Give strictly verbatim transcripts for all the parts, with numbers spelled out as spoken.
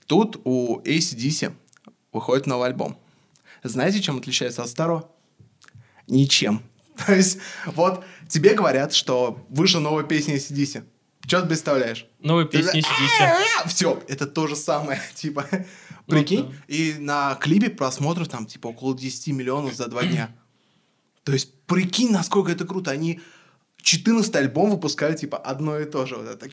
Тут у эй си ди си выходит новый альбом. Знаете, чем отличается от старого? Ничем. То есть, вот тебе говорят, что вышла новая песня эй си ди си. Что ты представляешь? Новая песня эй си ди си. Все, это то же самое, типа, прикинь. Ну, да. И на клипе просмотров там, типа, около десять миллионов за два дня. То есть, прикинь, насколько это круто. Они четырнадцатый альбом выпускают, типа, одно и то же. Вот это.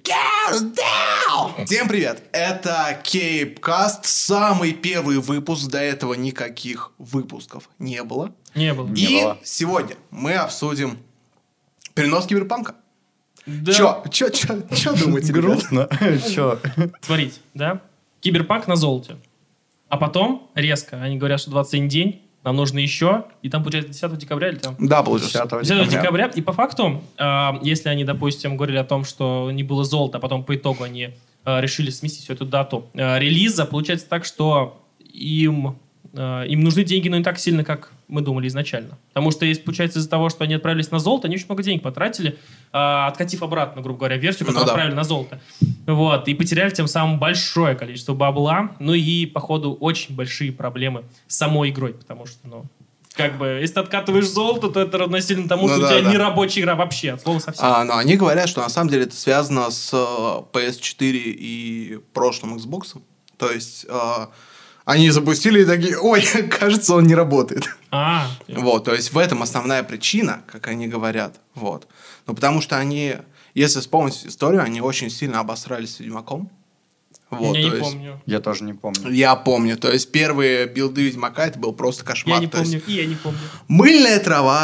Всем привет! Это Кейпкаст. Самый первый выпуск. До этого никаких выпусков не было. Не было. И не было. сегодня мы обсудим перенос Киберпанка. Да. Чё? Чё, чё, чё думаете, грустно? Чё? Смотрите, да? Киберпанк на золоте. А потом резко они говорят, что двадцать один день, нам нужно еще, и там, получается, десятого декабря или там? Да, получается. десятого декабря. И по факту, э, если они, допустим, говорили о том, что не было золота, а потом по итогу они э, решили сместить всю эту дату э, релиза, получается так, что им, э, им нужны деньги, но не так сильно, как мы думали изначально. Потому что, если, получается, из-за того, что они отправились на золото, они очень много денег потратили, э, откатив обратно, грубо говоря, версию, которую ну, да. отправили на золото. Вот, и потеряли тем самым большое количество бабла, ну и, походу, очень большие проблемы с самой игрой, потому что, ну, как бы, если ты откатываешь золото, то это равносильно тому, ну, что да, у тебя да. не рабочая игра вообще, от слова совсем. А, но они говорят, что на самом деле это связано с пи эс четыре и прошлым Xbox. То есть... Э, Они запустили и такие, ой, кажется, он не работает. А, вот, то есть в этом основная причина, как они говорят. Вот. Ну, потому что они, если вспомнить историю, они очень сильно обосрались с Ведьмаком. Вот, я не есть, помню. Я тоже не помню. Я помню. То есть первые билды Ведьмака это был просто кошмар. Я не то помню, есть, и я не помню. Мыльная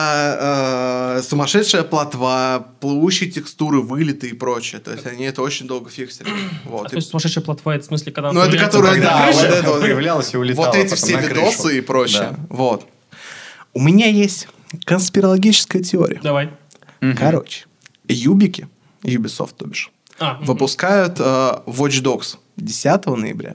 трава, э, сумасшедшая плотва, плывущие текстуры, вылеты и прочее. То есть они это очень долго фиксили. Вот. А то есть сумасшедшая плотва, это в смысле, когда... Ну, это которая, да, вот это вот, появлялась и улетала. Вот эти все видосы и прочее. Да. Вот. У меня есть конспирологическая теория. Давай. Короче, юбики, Ubisoft, то бишь, а, выпускают э, Watch Dogs десятого ноября,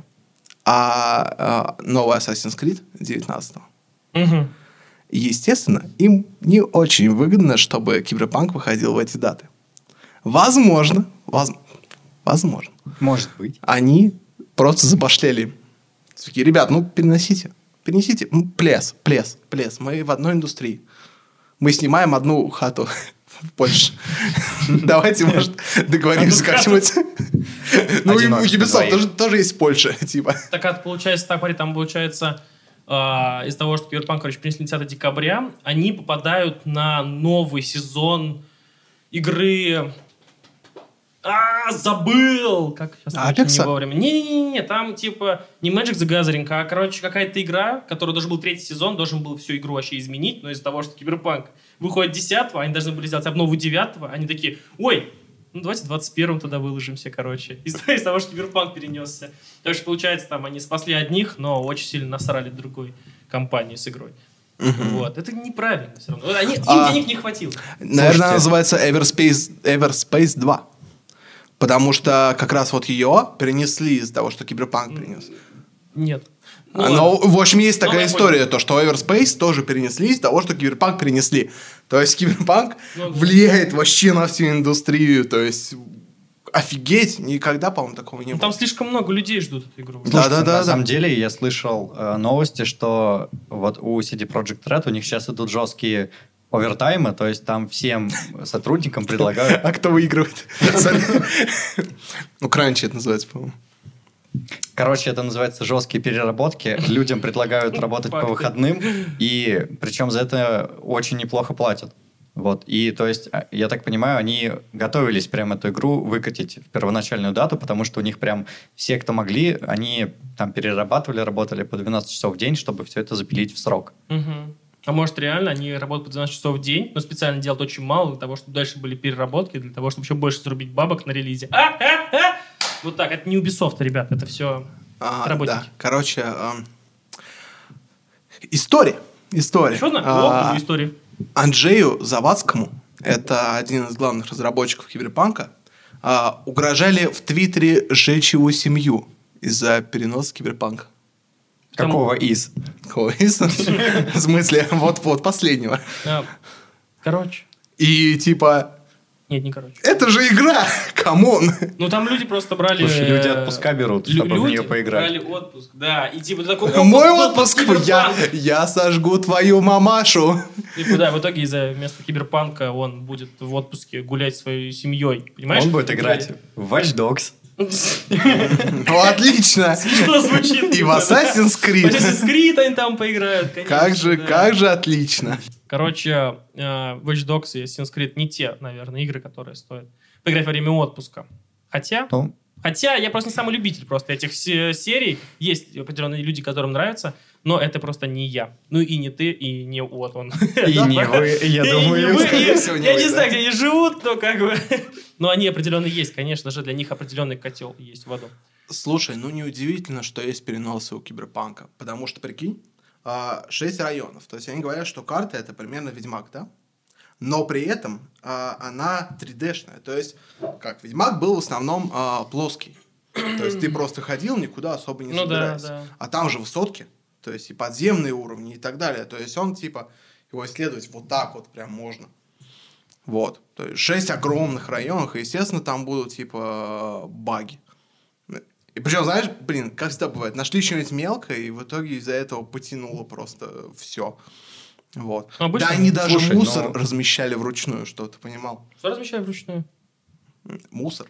а э, новый Assassin's Creed девятнадцатого. Угу. Естественно, им не очень выгодно, чтобы Киберпанк выходил в эти даты. Возможно, воз... возможно. Может быть. Они просто забашляли. Такие, ребят, ну переносите, перенесите. Ну, плес, плес, плес. Мы в одной индустрии. Мы снимаем одну хату в Польше. Давайте, может, договоримся как-нибудь. Ну, и у Ubisoft тоже есть Польша, типа. Так это получается, так, смотри, там получается, из-за того, что Киберпанк, короче, принесли десятого декабря, они попадают на новый сезон игры... А, забыл! Как сейчас Apex? Не вовремя. Не-не-не, там типа не Magic the Gathering, а, короче, какая-то игра, которая должен был третий сезон, должен был всю игру вообще изменить, но из-за того, что Киберпанк выходит десятого, они должны были сделать обнову девятого, они такие, ой, ну давайте двадцать первым тогда выложимся, короче. Из-за из того, что Киберпанк перенесся. Так что, получается, там они спасли одних, но очень сильно насрали другой компании с игрой. Uh-huh. Вот. Это неправильно все равно. Они, им а, денег не хватило. Наверное, Слушайте. называется Everspace, Everspace два. Потому что как раз вот ее перенесли из-за того, что Киберпанк перенес. Нет. Ну, Но, в общем, есть такая ну, история, то, что Everspace тоже перенесли из-за того, что Киберпанк перенесли. То есть Киберпанк ну, влияет вообще на всю индустрию. То есть офигеть, никогда, по-моему, такого не ну, было. Там слишком много людей ждут эту игру. Да, да, да. На самом деле, я слышал э, новости, что вот у си ди Projekt Red у них сейчас идут жесткие овертаймы, то есть там всем сотрудникам предлагают... А кто выигрывает? Ну, кранчи это называется, по-моему. Короче, это называется жесткие переработки. Людям предлагают работать по выходным, и причем за это очень неплохо платят. Вот. И, то есть, я так понимаю, они готовились прям эту игру выкатить в первоначальную дату, потому что у них прям все, кто могли, они там перерабатывали, работали по двенадцать часов в день, чтобы все это запилить в срок. Угу. А может, реально они работают по двенадцать часов в день, но специально делают очень мало для того, чтобы дальше были переработки, для того, чтобы еще больше зарубить бабок на релизе. А, а, а! Вот так, это не Ubisoft, ребят, это все а, работники. Да. Короче, э, история. История. Еще одна? А, О, история. Анджею Завадскому, это один из главных разработчиков Киберпанка, э, угрожали в Твиттере сжечь его семью из-за переноса Киберпанка. Какого из? Какого из? В смысле, вот-вот, последнего. Короче. И типа, Нет, не короче. Это же игра! Камон! Ну, там люди просто брали... Слушай, люди отпуска берут, чтобы люди в нее поиграть. Люди брали отпуск, да. И типа такой... Отпуск, Мой был отпуск! под Я, Киберпанк. я сожгу твою мамашу! И да, в итоге из-за вместо Киберпанка он будет в отпуске гулять со своей семьей. Понимаешь? Он будет играть в Watch Dogs. Ну, отлично! Что звучит? И в Assassin's Creed. В Assassin's Creed они там поиграют, конечно. Как же, да. как же отлично. Короче, э, Watch Dogs и Assassin's Creed не те, наверное, игры, которые стоят поиграть во время отпуска. Хотя... Ну, Хотя я просто не самый любитель просто этих се- серий. Есть определенные люди, которым нравится, но это просто не я. Ну и не ты, и не вот он. и не вы, я И думаю. не вы, скорее и- всего, не Я вы, не да. знаю, где они живут, но как бы... Но они определенно есть, конечно же, для них определенный котел есть в аду. Слушай, ну неудивительно, что есть переносы у Киберпанка. Потому что, прикинь, а, шесть районов. То есть они говорят, что карта это примерно Ведьмак, да? Но при этом а, она три дэ-шная. То есть, как, Ведьмак был в основном а, плоский. То есть ты просто ходил, никуда особо не Ну да, забираясь. да. А там же высотки, то есть и подземные уровни и так далее. То есть он типа, его исследовать вот так вот прям можно. Вот. То есть шесть огромных районов, и, естественно, там будут типа баги. И причем, знаешь, блин, как всегда бывает, нашли что-нибудь мелкое, и в итоге из-за этого потянуло просто все. Вот. Ну, обычно- Да, они даже Слушай, мусор но- размещали вручную, что ты понимал? Что размещаю вручную? Мусор.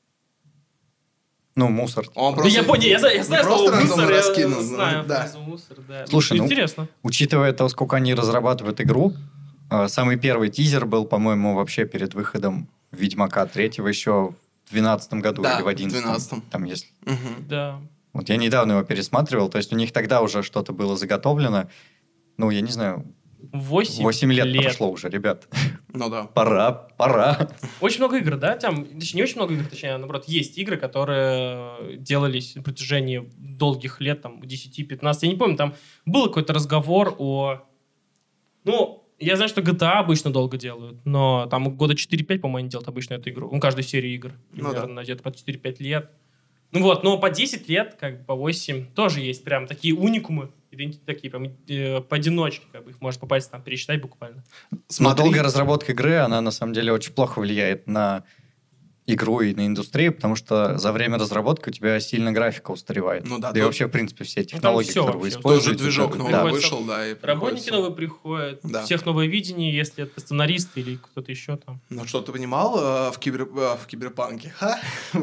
Ну, мусор. Он Да я понял, я, знаю- я знаю просто слово рандомно мусор, я раскинул, ну, знаю да. фразу мусор, да. Слушай, ну, интересно. Учитывая то, сколько они разрабатывают игру, э, самый первый тизер был, по-моему, вообще перед выходом Ведьмака третьего еще в двенадцатом году Да, или в в одиннадцатом. двенадцатом. Там есть. Мгм. Да. Вот я недавно его пересматривал, то есть у них тогда уже что-то было заготовлено. Ну, я не знаю, Восемь, восемь лет, прошло уже, ребят. Ну да. Пора, пора. Очень много игр, да? Там, точнее, не очень много игр, точнее, а наоборот, есть игры, которые делались на протяжении долгих лет, там, десять-пятнадцать. Я не помню, там был какой-то разговор о... Ну, я знаю, что джи ти эй обычно долго делают, но там года четыре-пять, по-моему, они делают обычно эту игру. Ну, каждой серии игр. Ну да. Примерно где-то по четыре-пять лет. Ну вот, но по десять лет, как бы по восемь, тоже есть прям такие уникумы, иденти- такие прям э, поодиночке, как бы их можно по пальцам там пересчитать буквально. Но Смотри. долгая разработка игры, она на самом деле очень плохо влияет на игру и на индустрию, потому что за время разработки у тебя сильно графика устаревает. Ну да, да и тут- вообще, в принципе, все там технологии, всё которые вы вообще. Тот же используете. движок да, новый да. Приходится- вышел, да, и Работники приходится- новые приходят, Да. у всех новое видение, если это сценаристы или кто-то еще там. Ну, что ты понимал, э, в, кибер, э, в Киберпанке, ха,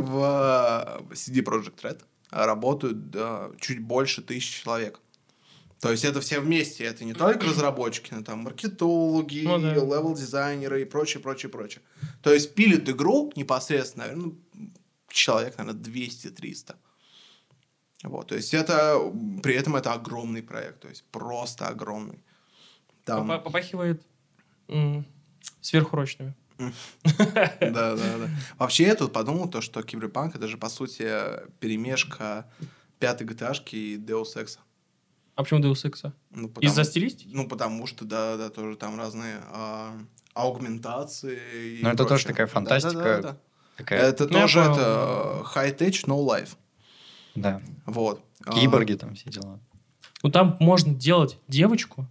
в э, си ди Projekt Red работают э, чуть больше тысячи человек. То есть это все вместе, это не только разработчики, но там маркетологи, Ну да. левел-дизайнеры и прочее, прочее, прочее. То есть пилит игру непосредственно, наверное, человек, наверное, двести-триста. Вот, то есть это, при этом это огромный проект, то есть просто огромный. Там- Попа- Попахивает м, сверхурочными. Да, да, да. Вообще, я тут подумал, то, что Киберпанк это же, по сути, перемешка пятой джи ти эй-шки и Deus Ex. А почему Deus Ex? Ну, потому- Из-за стилистики? Ну, потому что, да, да, тоже там разные а, аугментации. и Ну, это прочее. тоже такая фантастика. Да, да, да, да. Такая, Это Ну, я тоже понял. это high-tech, no life. да. Вот. А, Киборги там все дела. Ну там можно делать девочку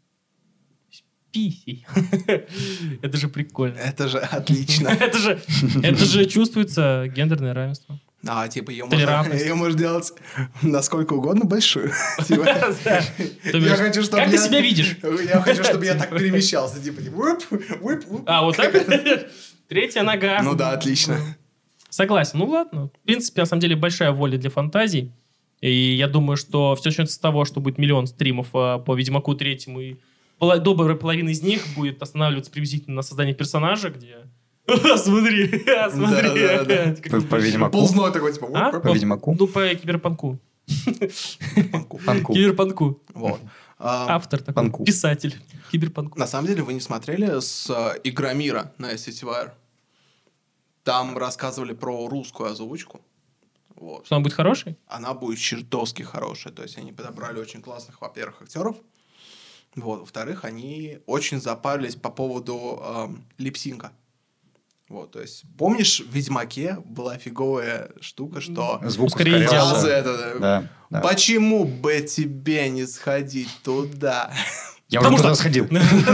с писей. Это же прикольно. Это же отлично. Это же, это же чувствуется гендерное равенство. А, типа, ее можно, Толерантность. ее можно делать насколько угодно большую. Типа, Да. То Я есть, хочу, чтобы Как ты я- себя видишь? Я хочу, чтобы я так перемещался. Типа, типа, уип, уип, уип. А, вот так? Третья нога. Ну да, отлично. Согласен. Ну ладно. В принципе, на самом деле, большая воля для фантазий. И я думаю, что все начнется с того, что будет миллион стримов э, по Ведьмаку третьему. И пола- добрая половина из них будет останавливаться приблизительно на создание персонажа, где... А, смотри, а, смотри. Да, да, да. Как По, бы- по Ведьмаку. Ползной такой, типа, А? уип, По Ведьмаку. Ну, по киберпанку. панку. Панку. Киберпанку. Вот. А, Автор такой, Панку. писатель. Киберпанку. На самом деле, вы не смотрели с э, Игромира на эс си ти вай ар? Там рассказывали про русскую озвучку. Вот. Что, он будет хороший? Она будет чертовски хорошая. То есть они подобрали очень классных, во-первых, актеров. Вот. Во-вторых, они очень запарились по поводу эм, липсинка. Вот, то есть, помнишь, в Ведьмаке была фиговая штука, что Звук Скорее ускорялся. фраза эта, Да, да. почему бы тебе не сходить туда? Я уже туда сходил.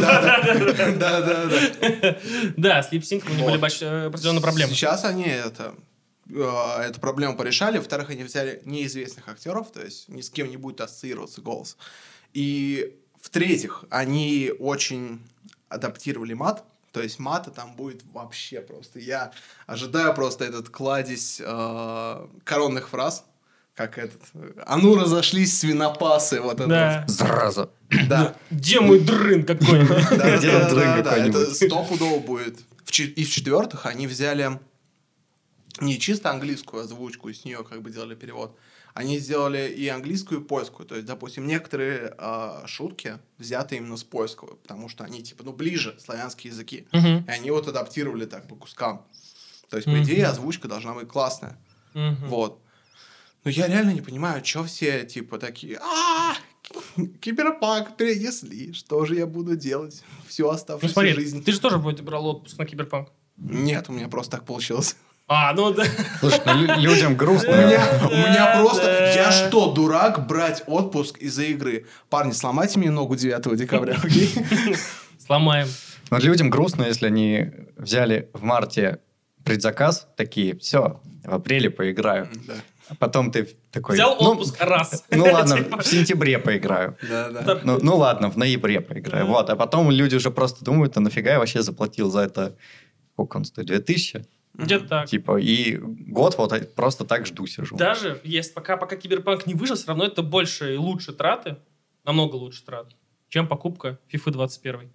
Да-да-да. Да, с липсинком у них были определенные проблемы. Сейчас они это... эту проблему порешали. Во-вторых, они взяли неизвестных актеров, то есть ни с кем не будет ассоциироваться голос. И в-третьих, они очень адаптировали мат. То есть мата там будет вообще просто. Я ожидаю просто этот кладезь э, коронных фраз, как этот. А ну разошлись свинопасы. Вот да. это. Зараза. Да. Где мой дрын какой-нибудь? Где там дрын какой-нибудь? Это стопудово будет. И в-четвертых, они взяли не чисто английскую озвучку, и с нее как бы делали перевод. Они сделали и английскую, и польскую. То есть, допустим, некоторые э, шутки взяты именно с польского, потому что они, типа, ну, ближе, славянские языки. Uh-huh. И они вот адаптировали так по кускам. То есть, по uh-huh. идее, озвучка должна быть классная. Uh-huh. Вот. Но я реально не понимаю, что все, типа, такие, а Киберпанк перенесли, что же я буду делать всю оставшуюся ну, смотри, жизнь? Ты же тоже вроде брал отпуск на Киберпанк? Нет, у меня просто так получилось. А, ну да. Слушай, ну, людям грустно. У меня, у меня просто... Я что, дурак, брать отпуск из-за игры? Парни, сломайте мне ногу девятого декабря, окей? Сломаем. Но людям грустно, если они взяли в марте предзаказ, такие, все, в апреле поиграю. Да. А потом ты такой... Взял ну, отпуск раз. Ну ладно, в сентябре поиграю. Да, да. Ну, ну ладно, в ноябре поиграю. Вот, а потом люди уже просто думают, а нафига я вообще заплатил за это... Сколько он стоит? две тысячи? Где-то так. Типа, и год вот просто так жду сижу. Даже есть, пока, пока Киберпанк не вышел, все равно это больше и лучше траты, намного лучше траты, чем покупка FIFA двадцать один.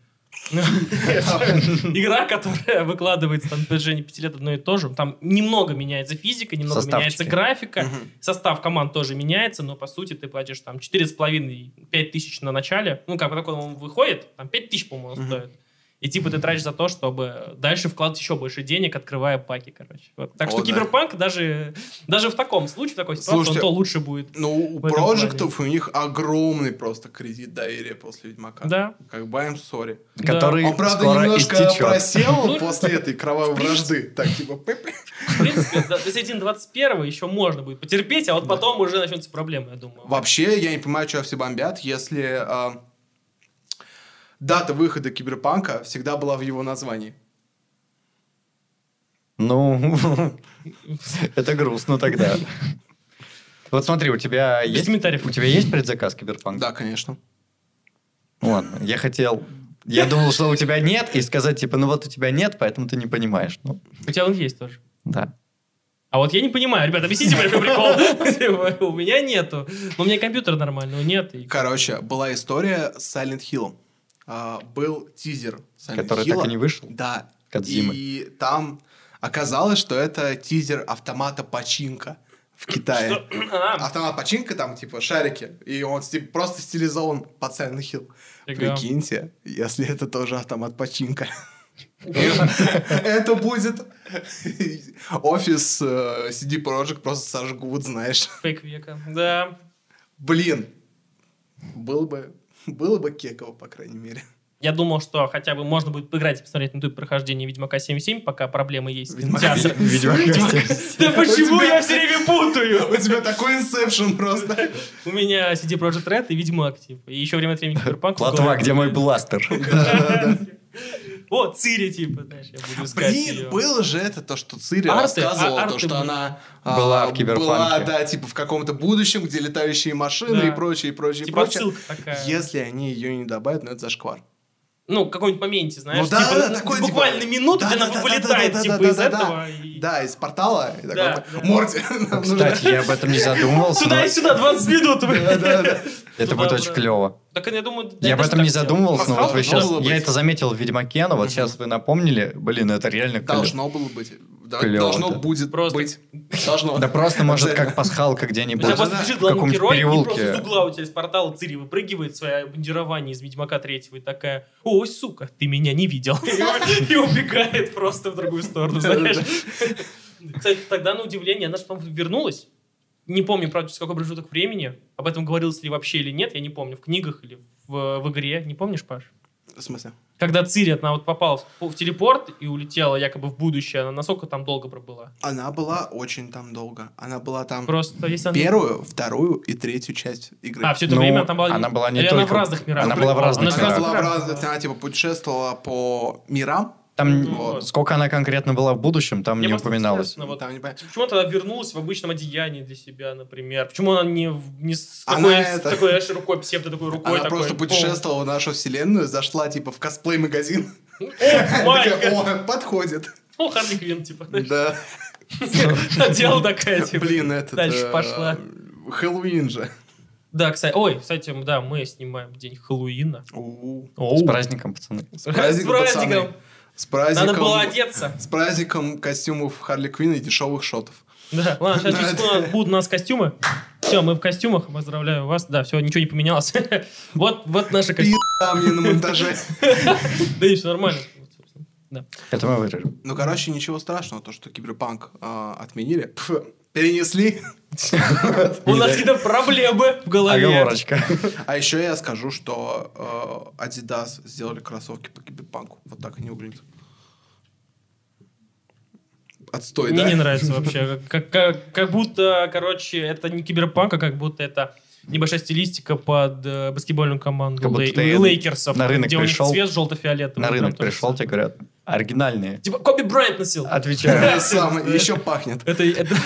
Игра, которая выкладывается на протяжении пяти лет одно и то же. Там немного меняется физика, немного меняется графика, состав команд тоже меняется, но по сути ты платишь там четыре с половиной - пять тысяч на начале. Ну, как только он выходит, там пять тысяч, по-моему, стоит. И типа ты тратишь за то, чтобы дальше вкладывать еще больше денег, открывая паки, короче. Вот. Так О, что да. Киберпанк даже, даже в таком случае, в такой ситуации, Слушайте, он то лучше будет. Ну, у проектов у них огромный просто кредит доверия после Ведьмака. Да. Как бы I'm sorry. Который да. Он, правда, скоро немножко истечет. просел после этой кровавой вражды. Так, типа... В принципе, до середины двадцать первого еще можно будет потерпеть, а вот потом уже начнутся проблемы, я думаю. Вообще, я не понимаю, что все бомбят, если... Дата выхода Киберпанка всегда была в его названии. Ну, это грустно тогда. Вот смотри, у тебя есть у тебя есть предзаказ Киберпанка? Да, конечно. Ладно, я хотел... Я думал, что у тебя нет, и сказать, типа, ну вот у тебя нет, поэтому ты не понимаешь. Ну. У тебя он есть тоже. Да. А вот я не понимаю, ребята, объясните мне прикол. У меня нету. Но у меня компьютер нормальный, нет. Короче, была история с Silent Hill. Uh, был тизер Silent который Hill. так и не вышел? Да. Кодзимы. И там оказалось, что это тизер автомата Починка в Китае. Что? А. Автомат Починка, там типа шарики, и он типа, просто стилизован под Silent Hill. Фига. Прикиньте, если это тоже автомат Починка. Это будет офис си ди Projekt просто сожгут, знаешь. Фейк века, да. Блин, было бы... Было бы кеково, по крайней мере. Я думал, что хотя бы можно будет поиграть и посмотреть на YouTube прохождение Ведьмака семь семь, пока проблемы есть. Ведьмака семь. Да почему я все время путаю? У тебя такой инсепшн просто. У меня си ди Projekt Red и Ведьмак, типа. И еще время от времени Киберпанк. Платва, где мой бластер? О, Цири, типа, знаешь, я буду искать Блин, ее. было же это, то, что Цири арты, рассказывала, а, то, что она была а, в Киберпанке. Была, да, типа, в каком-то будущем, где летающие машины да. и прочее, и прочее, типа и прочее. такая. Если они ее не добавят, ну, это зашквар. Ну, в каком-нибудь моменте, знаешь, ну, да, типа, да, такой, буквально типа, минуту, да, где да, она да, вылетает, да, типа, да, из да, этого. Да, и... да, из портала. И да, такой, да. Морти. Кстати, я об этом не задумывался. Туда и сюда, двадцать минут. Да, да, да. Это будет очень клево. Так я думаю... Я об этом не задумывался, но вот вы сейчас... Я это заметил в Ведьмаке, но вот сейчас вы напомнили. Блин, это реально клево. Должно было быть. Должно будет быть. Должно. Да просто, может, как пасхалка где-нибудь. У тебя просто бежит главный герой, и просто переулке. с угла у тебя из портала Цири выпрыгивает свое бандирование из Ведьмака третьего и такая: ой, сука, ты меня не видел. И убегает просто в другую сторону, знаешь. Кстати, тогда на удивление, она же, по-моему, вернулась. Не помню, правда, с какой промежуток времени. Об этом говорилось ли вообще или нет, я не помню. В книгах или в, в игре. Не помнишь, Паш? В смысле? когда Цири, она вот попала в, в телепорт и улетела якобы в будущее, она насколько там долго пробыла? Она была очень там долго. Она была там Просто если она... первую, вторую и третью часть игры. А, все это Ну, время она там была... она была не Или только- она в разных мирах? она была в разных Она мирах. была в мирах. разных, она типа путешествовала по мирам. Там Ну, вот. сколько она конкретно была в будущем, там Мне не просто упоминалось. интересно, вот Там не понятно. почему она тогда вернулась в обычном одеянии для себя, например? Почему она не, в- не с Она такой, с это- такой аж рукой, псевдо такой рукой? Она такой, просто пом. путешествовала в нашу вселенную, зашла типа в косплей-магазин. О, май Такая, гад. о, подходит. Ну, Харли Квинн, типа. знаешь. Да. Надела такая, типа. Блин, это... Дальше пошла. Хэллоуин же. Да, кстати, ой, кстати, да, мы снимаем день Хэллоуина. У-у. Оу. С праздником, пацаны. С праздником, пацаны. С праздником. Надо было одеться. С праздником костюмов Харли Квинн и дешевых шотов. Да, ладно, сейчас Да, через секунду у нас будут у нас костюмы. Все, мы в костюмах, поздравляю вас. Да, все, ничего не поменялось. Вот, вот наши костюмы. Там мне на монтаже. Да и все нормально. Да. Это мы вырежем. Ну, короче, ничего страшного, то, что Киберпанк а, отменили, пф, перенесли. У нас какие-то проблемы в голове. Оговорочка. А еще я скажу, что э, Adidas сделали кроссовки по Киберпанку. Вот так они выглядят. Отстой, Мне да? не нравится вообще. Как, как, как будто, короче, это не киберпанк, а как будто это небольшая стилистика под э, баскетбольную команду Как будто Лей- ты Лейкерсов, на рынок где пришел- у них цвет желто-фиолетовый. На Прям рынок то же пришел, самое. тебе говорят, оригинальные. Типа Коби Брайант носил. Отвечаю. Самое, еще пахнет. Это,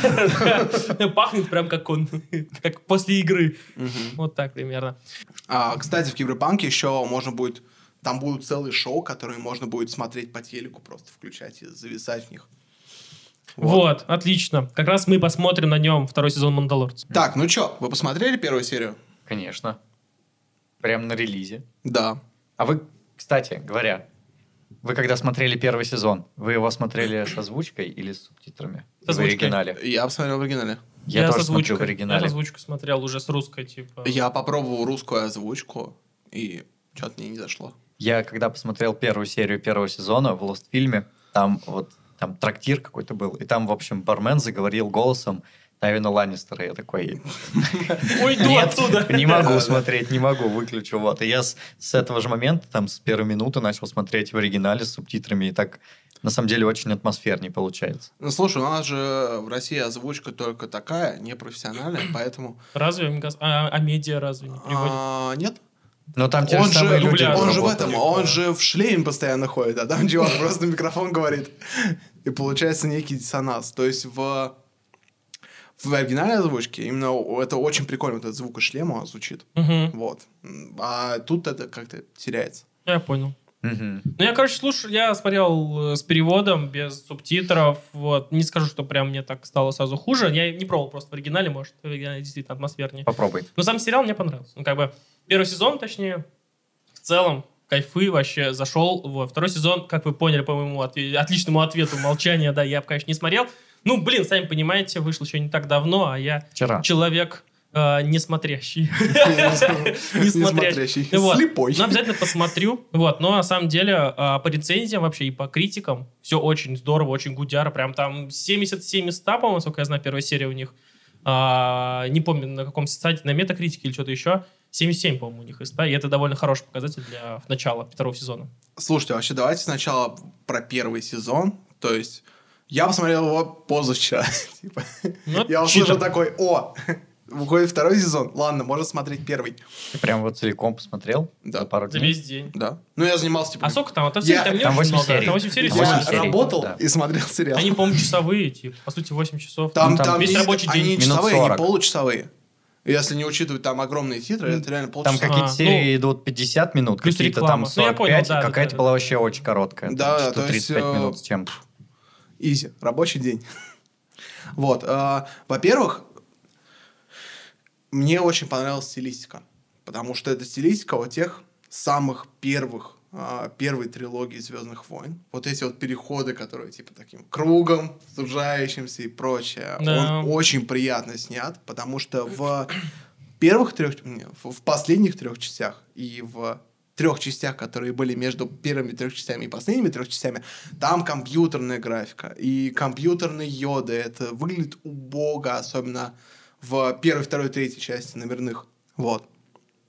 это пахнет прям как он, как после игры. Вот так примерно. А, кстати, в Киберпанке еще можно будет... Там будут целые шоу, которые можно будет смотреть по телеку, просто включать и зависать в них. Вот. отлично. Как раз мы посмотрим на нем второй сезон «Мандалорца». Так, ну что, вы посмотрели первую серию? Конечно. Прям на релизе. Да. А вы, кстати говоря, вы когда смотрели первый сезон, вы его смотрели с озвучкой или с субтитрами? С В озвучкой. оригинале. Я посмотрел в оригинале. Я, тоже с озвучкой. смотрю в Я с оригинале. озвучку смотрел уже с русской, типа. Я попробовал русскую озвучку, и что-то мне не зашло. Я когда посмотрел первую серию первого сезона в Лостфильме, там вот там трактир какой-то был, и там, в общем, бармен заговорил голосом Тайвина Ланнистера. Я такой, Уйду нет, отсюда. не могу смотреть, не могу, выключу. Вот. И я с, с этого же момента, там, с первой минуты начал смотреть в оригинале с субтитрами, и так, на самом деле, очень атмосфернее получается. Ну, слушай, у нас же в России озвучка только такая, непрофессиональная, поэтому... Разве, мне кажется, а, а медиа разве не переводит? А, нет. Но там те Он же же, самые люди дубляж. он же в работали. этом, он же в шлеме постоянно ходит, а там чувак просто в микрофон говорит. И получается некий диссонанс. То есть в, в оригинальной озвучке именно это очень прикольно, вот этот звук из шлема он звучит. Мгм. Вот. А тут это как-то теряется. Я понял. Мгм. Ну, я, короче, слушаю, я смотрел э, с переводом, без субтитров, вот. Не скажу, что прям мне так стало сразу хуже. Я не пробовал просто в оригинале, может, в оригинале действительно атмосфернее. Попробуй. Но сам сериал мне понравился. Ну, как бы, первый сезон, точнее, в целом, кайфы, вообще зашел. Вот. Второй сезон, как вы поняли по моему отве- отличному ответу, молчание, да, я, конечно, не смотрел. Ну, блин, сами понимаете, вышел еще не так давно, а я Вчера. человек э, не смотрящий. Не Несмотрящий. смотрящий. Вот. Слепой. Ну, обязательно посмотрю. Вот. Но на самом деле а, по рецензиям вообще и по критикам все очень здорово, очень гудяро. Прям там семьдесят семь из ста, по-моему, сколько я знаю, первая серия у них. А, не помню, на каком сайте, на метакритике или что-то еще. семьдесят семь, по-моему, у них из ста. И это довольно хороший показатель для начала второго сезона. Слушайте, вообще давайте сначала про первый сезон. То есть я посмотрел его позавчера. Типа, Ну, я услышал читер. такой, о, выходит второй сезон. Ладно, можно смотреть первый. Ты прям вот целиком посмотрел? Да. За пару За дней? весь день. Да. Ну, я занимался, типа... А сколько там? А там, Я- там, не там очень восемь много. серий. Там восемь серий. восемь Я всего. серий, работал да. и смотрел сериал. Они, по-моему, часовые, типа, по сути, восемь часов. Там, Ну, там там весь не- рабочий день. Они Минут часовые, они сорок. получасовые. Если не учитывать там огромные титры, это реально Там полчаса. какие-то А, серии идут пятьдесят минут, плюс какие-то реклама. там Ну, я сорок понял, пять, да, да, какая-то да, была да. вообще очень короткая. Да, там то что есть, тридцать пять э, минут с чем-то. Изи, рабочий день. Вот. э, Во-первых, мне очень понравилась стилистика. Потому что это стилистика вот тех самых первых, э, первой трилогии «Звездных войн». Вот эти вот переходы, которые типа таким кругом, сужающимся и прочее. Да. Он очень приятно снят, потому что в первых трех, не, в в последних трех частях и в трех частях, которые были между первыми трех частями и последними трех частями, там компьютерная графика и компьютерные йоды. Это выглядит убого, особенно в первой, второй, третьей части номерных. Вот.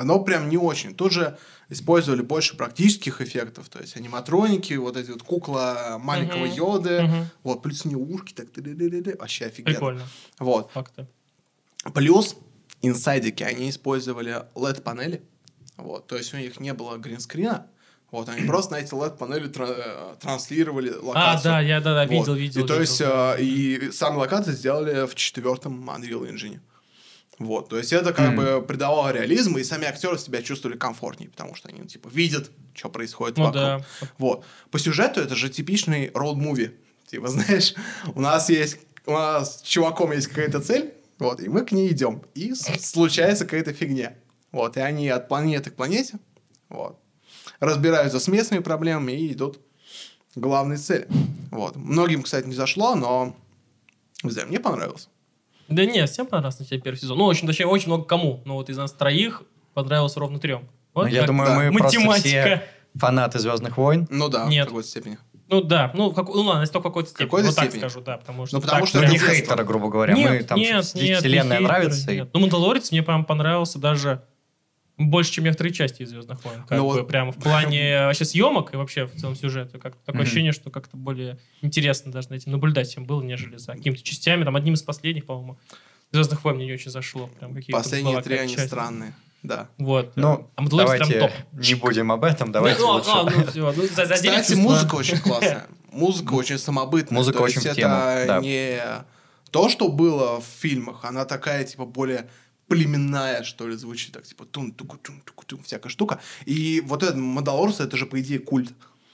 оно прям не очень. Тут же использовали больше практических эффектов, то есть аниматроники, вот эти вот кукла маленького uh-huh. Йоды, uh-huh. вот, плюс у нее ушки, так, вообще офигенно. Прикольно. Вот. Факты. Плюс инсайдики, они использовали эл и ди-панели, вот, то есть у них не было гринскрина, вот, они просто на эти эл и ди-панели тра- транслировали локацию. А, да, я да, да, видел, вот. видел. И то видел, есть, да. и сами локации сделали в четвертом Unreal Engine. Вот, то есть это как mm. бы придавало реализм, и сами актеры себя чувствовали комфортнее, потому что они, типа, видят, что происходит ну, вокруг. Да. Вот. По сюжету это же типичный роуд-муви. Типа, знаешь, у нас есть, у нас с чуваком есть какая-то цель, вот, и мы к ней идем, и случается какая-то фигня. Вот, и они от планеты к планете, вот, разбираются с местными проблемами и идут к главной цели. Вот. Многим, кстати, не зашло, но, не знаю, мне понравилось. Да нет, всем понравился на тебе первый сезон. Ну, очень, точнее, очень много кому. Ну, вот из нас троих понравился ровно трем. Вот ну, я думаю, да. мы математика. Просто все фанаты «Звездных войн». Ну да, нет. в какой-то степени. Ну да, ну, как, ну ладно, если только в какой-то степени. Какой-то вот степени. так скажу, да, потому что... Ну, потому так, что мы это не детство. хейтеры, грубо говоря. Нет, мы там нет, нет, вселенная не нравится. Хейтеры, И... нет. Ну, «Мандалорец» мне прям понравился даже больше, чем некоторые части из «Звездных войн». Как ну, бы вот... прямо в плане вообще съемок и вообще в целом сюжета. Как такое mm-hmm. ощущение, что как-то более интересно даже на этим наблюдать им было, нежели за какими-то частями. Там одним из последних, по-моему, «Звездных войн» мне не очень зашло. Прям Последние три, они части. Странные. Да. Вот. Ну, а давайте не будем об этом, давайте ну, лучше. А, ну, все. Ну, за, Кстати, музыка очень классная. Музыка очень самобытная. Музыка то очень есть в тему, это да. не то, что было в фильмах, она такая, типа, более племенная, что ли, звучит так, типа, тун туку тун туку тун всякая штука. И вот этот «Мандалорец» — это же, по идее, культ.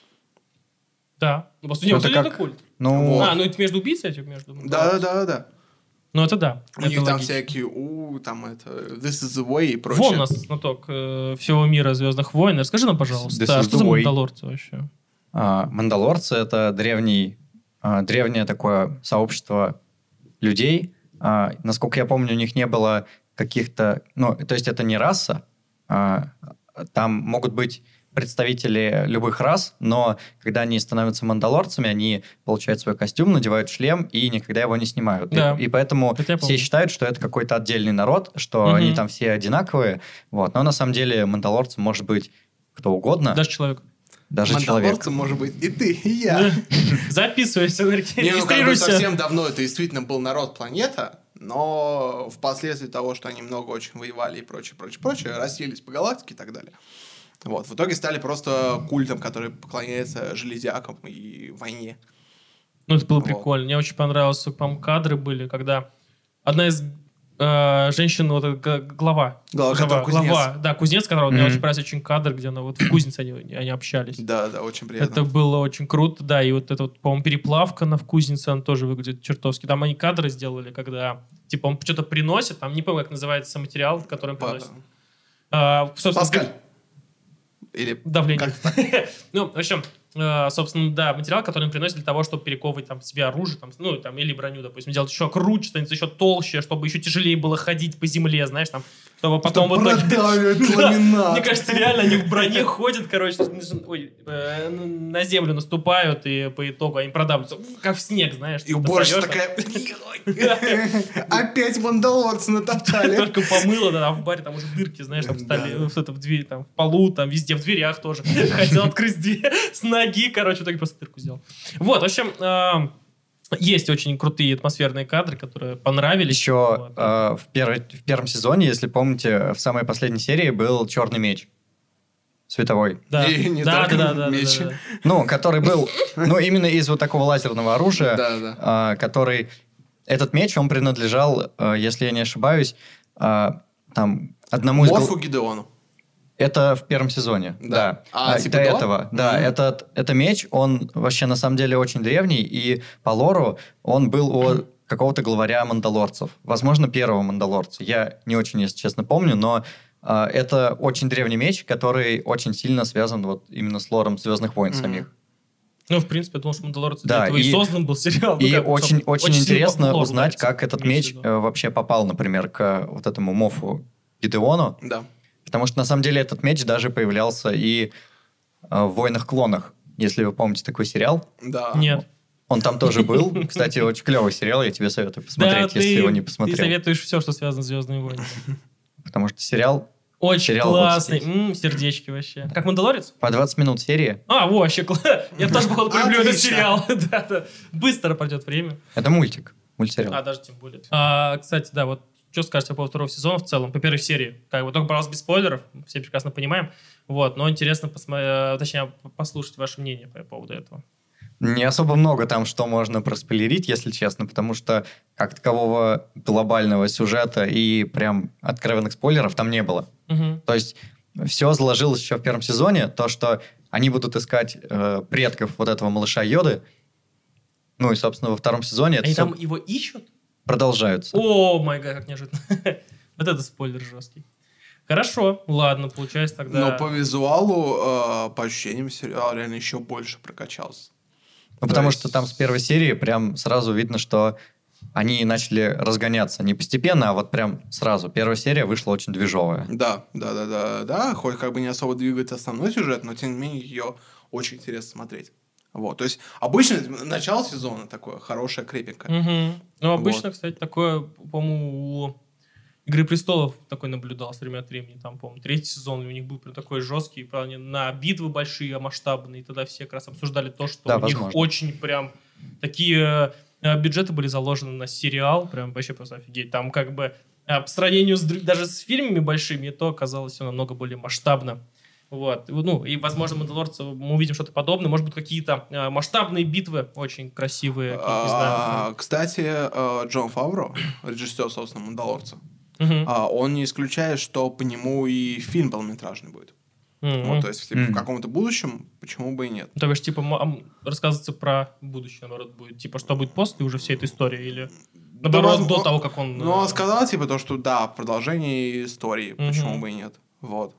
Да. Ну, по сути, это как... культ. Ну... Вот. А, ну это между убийцами этих между. Да-да-да. Ну, это да. У это них там логично. всякие, у, там это, this is the way и прочее. Вон у нас знаток э, всего мира «Звездных войн». Расскажи нам, пожалуйста, а что за way. «Мандалорцы» вообще? А, «Мандалорцы» — это древний, а, древнее такое сообщество людей. А, насколько я помню, у них не было каких-то... Ну, то есть это не раса. А, там могут быть представители любых рас, но когда они становятся мандалорцами, они получают свой костюм, надевают шлем и никогда его не снимают. Да. И, и поэтому все считают, что это какой-то отдельный народ, что угу. они там все одинаковые. Вот. Но на самом деле мандалорцем может быть кто угодно. Даже человек. Даже мандалорцем человек. может быть и ты, и я. Записывайся, не, ну, как бы совсем давно это действительно был народ-планета, но впоследствии того, что они много очень воевали и прочее, прочее, прочее, расселись по галактике и так далее. Вот, в итоге стали просто культом, который поклоняется железякам и войне. Ну, это было вот. прикольно. Мне очень понравилось, по-моему, кадры были, когда одна из э, женщин, вот эта глава. Глава, глава, кузнец. глава, да, кузнец, который, mm-hmm. мне очень понравился очень кадр, где она вот в кузнице они, они общались. Да, да, очень приятно. Это было очень круто, да, и вот эта вот, по-моему, переплавка на в кузнице, она тоже выглядит чертовски. Там они кадры сделали, когда, типа, он что-то приносит, там, не помню, как называется материал, который он приносит. А, Паскаль. Или давление. Ну, в общем, э, собственно, да, материал, который он приносит для того, чтобы перековывать там себе оружие, там, ну, там, или броню, допустим, делать еще круче, становится еще толще, чтобы еще тяжелее было ходить по земле, знаешь, там, чтобы потом вот продавливать ламинат. Мне кажется, реально они в броне ходят, короче, ой, э, на землю наступают, и по итогу они продавливаются, как в снег, знаешь. И уборщица такая, опять мандалорцы натоптали. Только помыло, да, а в баре там уже дырки, знаешь, там встали в дверь, там, в полу, там, везде, в дверях тоже. Хотел открыть дверь с ноги, короче, в итоге просто дырку сделал. Вот, в общем... Есть очень крутые атмосферные кадры, которые понравились. Еще вот. э, в, первой, в первом сезоне, если помните, в самой последней серии был черный меч. Световой. Да, и не да, только да, да, меч. Да, да, да. Ну, который был, ну, именно из вот такого лазерного оружия, да, да. Э, который... Этот меч, он принадлежал, э, если я не ошибаюсь, э, там, одному из... Морфу Гидеону. Это в первом сезоне, да. да. А, а типа до до? этого, да. Mm-hmm. Этот, это меч, он вообще на самом деле очень древний, и по лору он был у какого-то главаря мандалорцев. Возможно, первого мандалорца. Я не очень, если честно, помню, но а, это очень древний меч, который очень сильно связан вот именно с лором «Звездных войн» mm-hmm. самих. Ну, в принципе, я думал, что «Мандалорцы» да, для этого и, и создан был сериал. И ну, как, очень, очень, очень интересно узнать, нравится, как этот меч э, вообще попал, например, к вот этому Моффу Гидеону. Да. Потому что, на самом деле, этот меч даже появлялся и э, в «Войнах-клонах», если вы помните такой сериал. Да. Нет. Он там тоже был. Кстати, очень клевый сериал, я тебе советую посмотреть, да, если ты, его не посмотрел. Ты советуешь все, что связано с «Звездными войнами». Потому что сериал Очень сериал классный. М-м, сердечки вообще. Как «Мандалорец»? По двадцать минут серии. А, во, вообще класс. Я тоже, походу, полюблю этот Отлично. сериал. Да, да. Быстро пройдет время. Это мультик. Мультсериал. А, даже тем более. А, кстати, да, вот что скажете по поводу второго сезона в целом, по первой серии? Как бы только, пожалуйста, без спойлеров, все прекрасно понимаем. Вот, но интересно посмотреть, точнее, послушать ваше мнение по поводу этого. Не особо много там, что можно проспойлерить, если честно, потому что как такового глобального сюжета и прям откровенных спойлеров там не было. Угу. То есть все заложилось еще в первом сезоне, то, что они будут искать э, предков вот этого малыша Йоды. Ну и, собственно, во втором сезоне это Они все там его ищут? продолжается. О, май гад, как неожиданно. Вот это спойлер жесткий. Хорошо, ладно, получается тогда... Но по визуалу, э, по ощущениям, сериал реально еще больше прокачался. Ну, То потому есть- что там с первой серии прям сразу видно, что они начали разгоняться. Не постепенно, а вот прям сразу. Первая серия вышла очень движовая. Да, да, да, да, да. Хоть как бы не особо двигает основной сюжет, но тем не менее ее очень интересно смотреть. Вот, то есть обычно начало сезона такое хорошее, крепенькое. Угу. Ну, обычно, Вот. кстати, такое, по-моему, у «Игры престолов» такой наблюдал с время от времени. Там, по-моему, третий сезон, и у них был прям такой жесткий, правда, они на битвы большие, масштабные, и тогда все как раз обсуждали то, что Да, у них возможно. очень прям такие э, бюджеты были заложены на сериал, прям вообще просто офигеть. Там как бы э, по сравнению с, друг- даже с фильмами большими, то оказалось все намного более масштабно. Вот. Ну, и, возможно, «Мандалорца» мы увидим что-то подобное. Может быть, какие-то э, масштабные битвы очень красивые. какие-то, не знаю, А, Кстати, э, Джон Фавро, режиссер, собственно, «Мандалорца», Мгм. а, он не исключает, что по нему и фильм полнометражный будет. Мгм. Вот, то есть типа, Мгм. в каком-то будущем, почему бы и нет. То бишь, типа, м- ам- рассказывается про будущее, наоборот, будет. Типа, что будет после уже всей этой истории? Или, наоборот, Да, до он- того, как он... Ну, он э, сказал, типа, то, что да, продолжение истории, Мгм. почему бы и нет. Вот.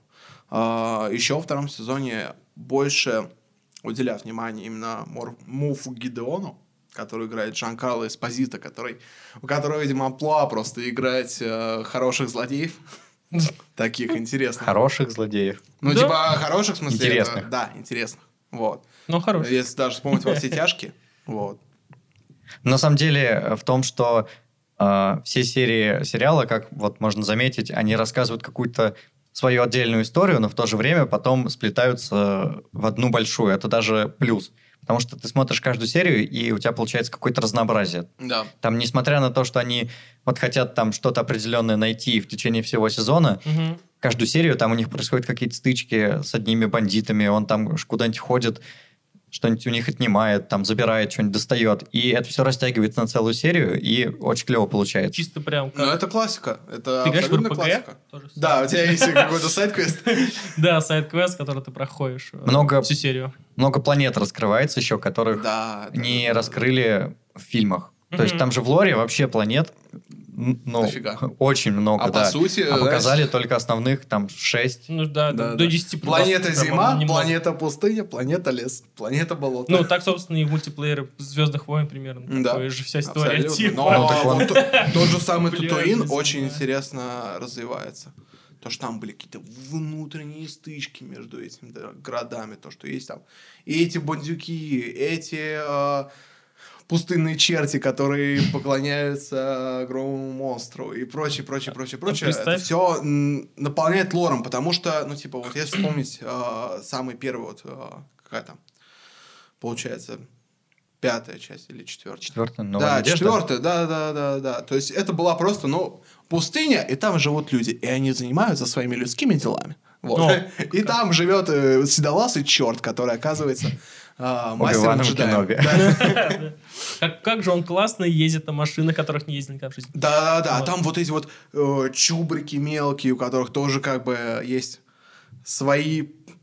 А, еще во втором сезоне больше уделяют внимание именно Мор- Муфу Гидеону, который играет Джанкарло Эспозито, который, у которого, видимо, амплуа просто играть э, хороших злодеев. Таких интересных. Хороших злодеев. Ну, Да. типа, хороших, в смысле... это- Интересных. Да, интересных. Вот. Ну, хорош. Если даже вспомнить «Во все тяжкие», вот. На самом деле э, в том, что э, все серии сериала, как вот можно заметить, они рассказывают какую-то свою отдельную историю, но в то же время потом сплетаются в одну большую. Это даже плюс. Потому что ты смотришь каждую серию, и у тебя получается какое-то разнообразие. Да. Там, несмотря на то, что они вот хотят там что-то определенное найти в течение всего сезона, Мгм. каждую серию там у них происходят какие-то стычки с одними бандитами, он там куда-нибудь ходит, что-нибудь у них отнимает, там забирает, что-нибудь достает. И это все растягивается на целую серию, и очень клево получается. Чисто прям Ну, как... это классика. Это Ты играешь в абсолютно эр пи гэ? классика. Тоже Да, у тебя есть какой-то сайт-квест. Да, сайт-квест, который ты проходишь э, Много- всю серию. Много планет раскрывается еще, которых Да. да, не да, да. раскрыли в фильмах. То есть Мгм. там же в лоре вообще планет н- ну, Дофига. очень много, А по да. сути, а знаешь- показали только основных там шесть. Ну, да, Да, до да. десяти плюс. Планета Прям Зима, немного. планета Пустыня, планета Лес, планета Болото. Ну, так, собственно, и в мультиплеере «Звездных войн» примерно. Да. Такая же вся история. Абсолютно. Типа. Но Ну, так он- вот то- тот же самый Бля, Татуин не очень знаю. интересно развивается. То, что там были какие-то внутренние стычки между этими да, городами, то, что есть там. И эти бандюки, эти э, пустынные черти, которые поклоняются огромному монстру и прочее, прочее, прочее, прочее. Это представь. все наполняет лором, потому что, ну, типа, вот если вспомнить э, самый первый, вот, э, какая там, получается, пятая часть или четвертая. Четвертая, новая Да, надежда. четвертая, да, да, да, да. То есть это была просто, ну, пустыня, и там живут люди, и они занимаются своими людскими делами. Вот. О, И там живет э, седовласый черт, который оказывается э, мастером Оби-Ваном джедаем. Кеноби. Да, Как, как же он классно ездит на машинах, которых не ездил никогда в жизни. да, да. Вот. Там вот эти вот э, чубрики мелкие, у которых тоже как бы есть свои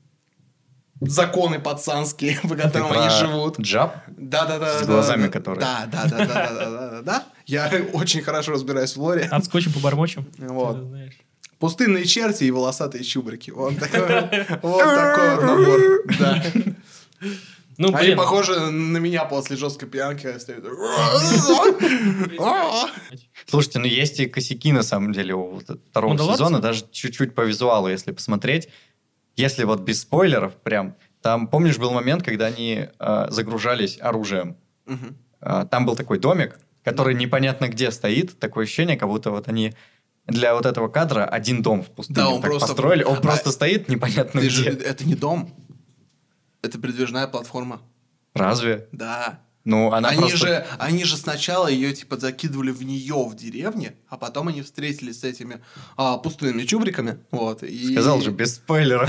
законы пацанские, по которым Ты они про живут. Джаб? Да, да, да. С да, глазами да, которые. Да, да, да, да, да, да, да, да, да. Я очень хорошо разбираюсь в лоре. Отскочим по бормочем. Вот. Ты знаешь. Пустынные черти и волосатые чубрики. Вот такой вот такой вот набор. Да. Ну, Они блин. похожи на меня после жесткой пьянки. Стоят. Слушайте, ну есть и косяки, на самом деле, у вот второго «Мандалорца»? сезона, даже чуть-чуть по визуалу, если посмотреть. Если вот без спойлеров прям, там, помнишь, был момент, когда они э, загружались оружием. Мгм. Э, там был такой домик, который непонятно где стоит, такое ощущение, как будто вот они для вот этого кадра один дом в пустыне Да, он так просто- построили. Он А- просто стоит непонятно Ты где. же- это не дом. Это передвижная платформа. Разве? Да. Ну, она Они, просто... же, они же сначала ее типа закидывали в нее в деревне, а потом они встретились с этими а, пустынными чубриками. Вот, и... Сказал же, без спойлеров.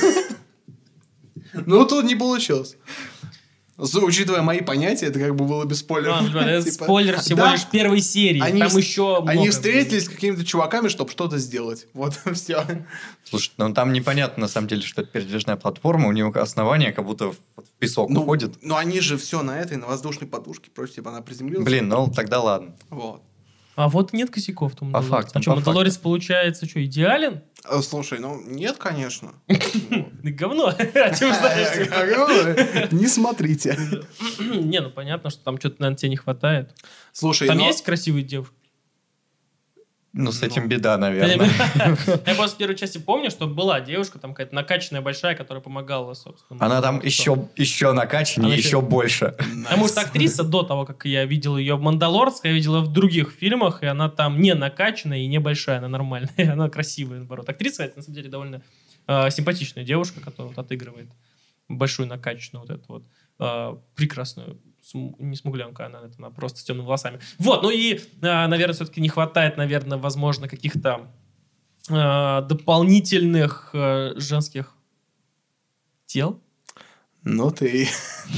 Ну, тут не получилось. С- Учитывая мои понятия, это как бы было без спойлеров. А, ребята, это Типа, спойлер всего да, лишь первой серии. Они Там вс- еще много. Они встретились с какими-то чуваками, чтобы что-то сделать. Вот, все. Слушай, ну там непонятно на самом деле, что это передвижная платформа. У нее основание как будто в в песок Ну, уходит. ну, они же все на этой, на воздушной подушке. Просто, типа, она приземлилась. Блин, ну тогда ладно. Вот. А вот нет косяков-то у По Мандалорца. фактам, А что, по Мандалорец получается что, идеален? Э, Слушай, ну, нет, конечно. Да говно. А ты знаешь. Не смотрите. Не, ну понятно, что там что-то, наверное, тебе не хватает. Слушай, Там но- есть красивые девушки? Ну, с этим Ну. беда, наверное. Я просто в первой части помню, что была девушка там какая-то накачанная большая, которая помогала, собственно. Она там Мандалорцу. еще, еще накачаннее, Она еще еще- больше. Потому что актриса до того, как я видел ее в «Мандалорце», я видел ее в других фильмах, и она там не накачанная и не большая, она нормальная, она красивая, наоборот. Актриса, это на самом деле довольно э, симпатичная девушка, которая вот отыгрывает большую накачанную вот эту вот э, прекрасную, см- не смуглянка, она, это, она просто с темными волосами. Вот, ну и, э, наверное, все-таки не хватает, наверное, возможно, каких-то э, дополнительных э, женских тел. Ну ты...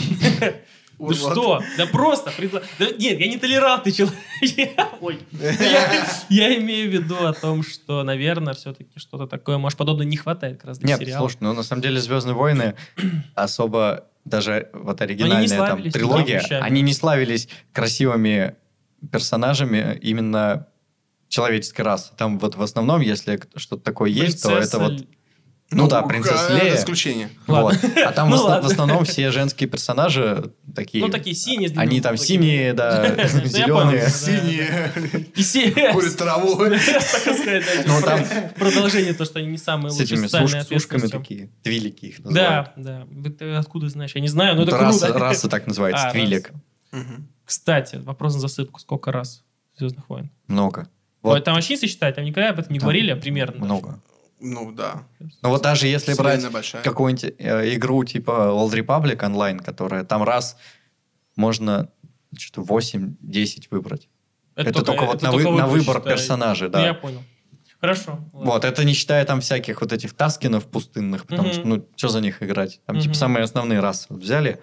Да Вот. что? Да просто. предла- Да нет, я не толерантный человек. Ой. Я, я имею в виду о том, что, наверное, все-таки что-то такое, может, подобное не хватает как раз для Нет, сериала. слушай, ну на самом деле «Звездные войны» особо, даже вот оригинальная там славились трилогия, такими вещами. они не славились красивыми персонажами именно человеческой расы. Там вот в основном, если к- что-то такое есть, то Принцесса это вот... Л- Ну да, принцесса это Лея. исключение. Вот. Ладно. А там в, Ну осно- в ладно. основном все женские персонажи такие... Ну, такие синие. с Они длинными там такими- синие, да, Ну, я понял, зеленые. да. Синие И си- курят траву. Так сказать, да, Ну, про- там- продолжение, то, что они не самые С лучшие этими социальные суш- сушками ответственности. такие. Твилики их называют. Да, да. Ты откуда знаешь? Я не знаю, но это раса, круто. раса так называется, А, твилик. раса. Кстати, вопрос на засыпку. Сколько раз «Звездных войн»? Много. Вот. Вот Там вообще не сосчитать, там никогда об этом не Там говорили, а примерно. много. Ну да. Ну вот даже если брать Вселенная большая. какую-нибудь э, игру типа Old Republic Online, которая там раз можно что-то восемь-десять выбрать. Это, только вот на, вы- только на вы выбор считаете. персонажей, Ну, да. я понял. Хорошо. ладно. Вот, это не считая там всяких вот этих таскинов пустынных, потому Мгм. что, ну, что за них играть? Там, Мгм. типа, самые основные расы вот взяли.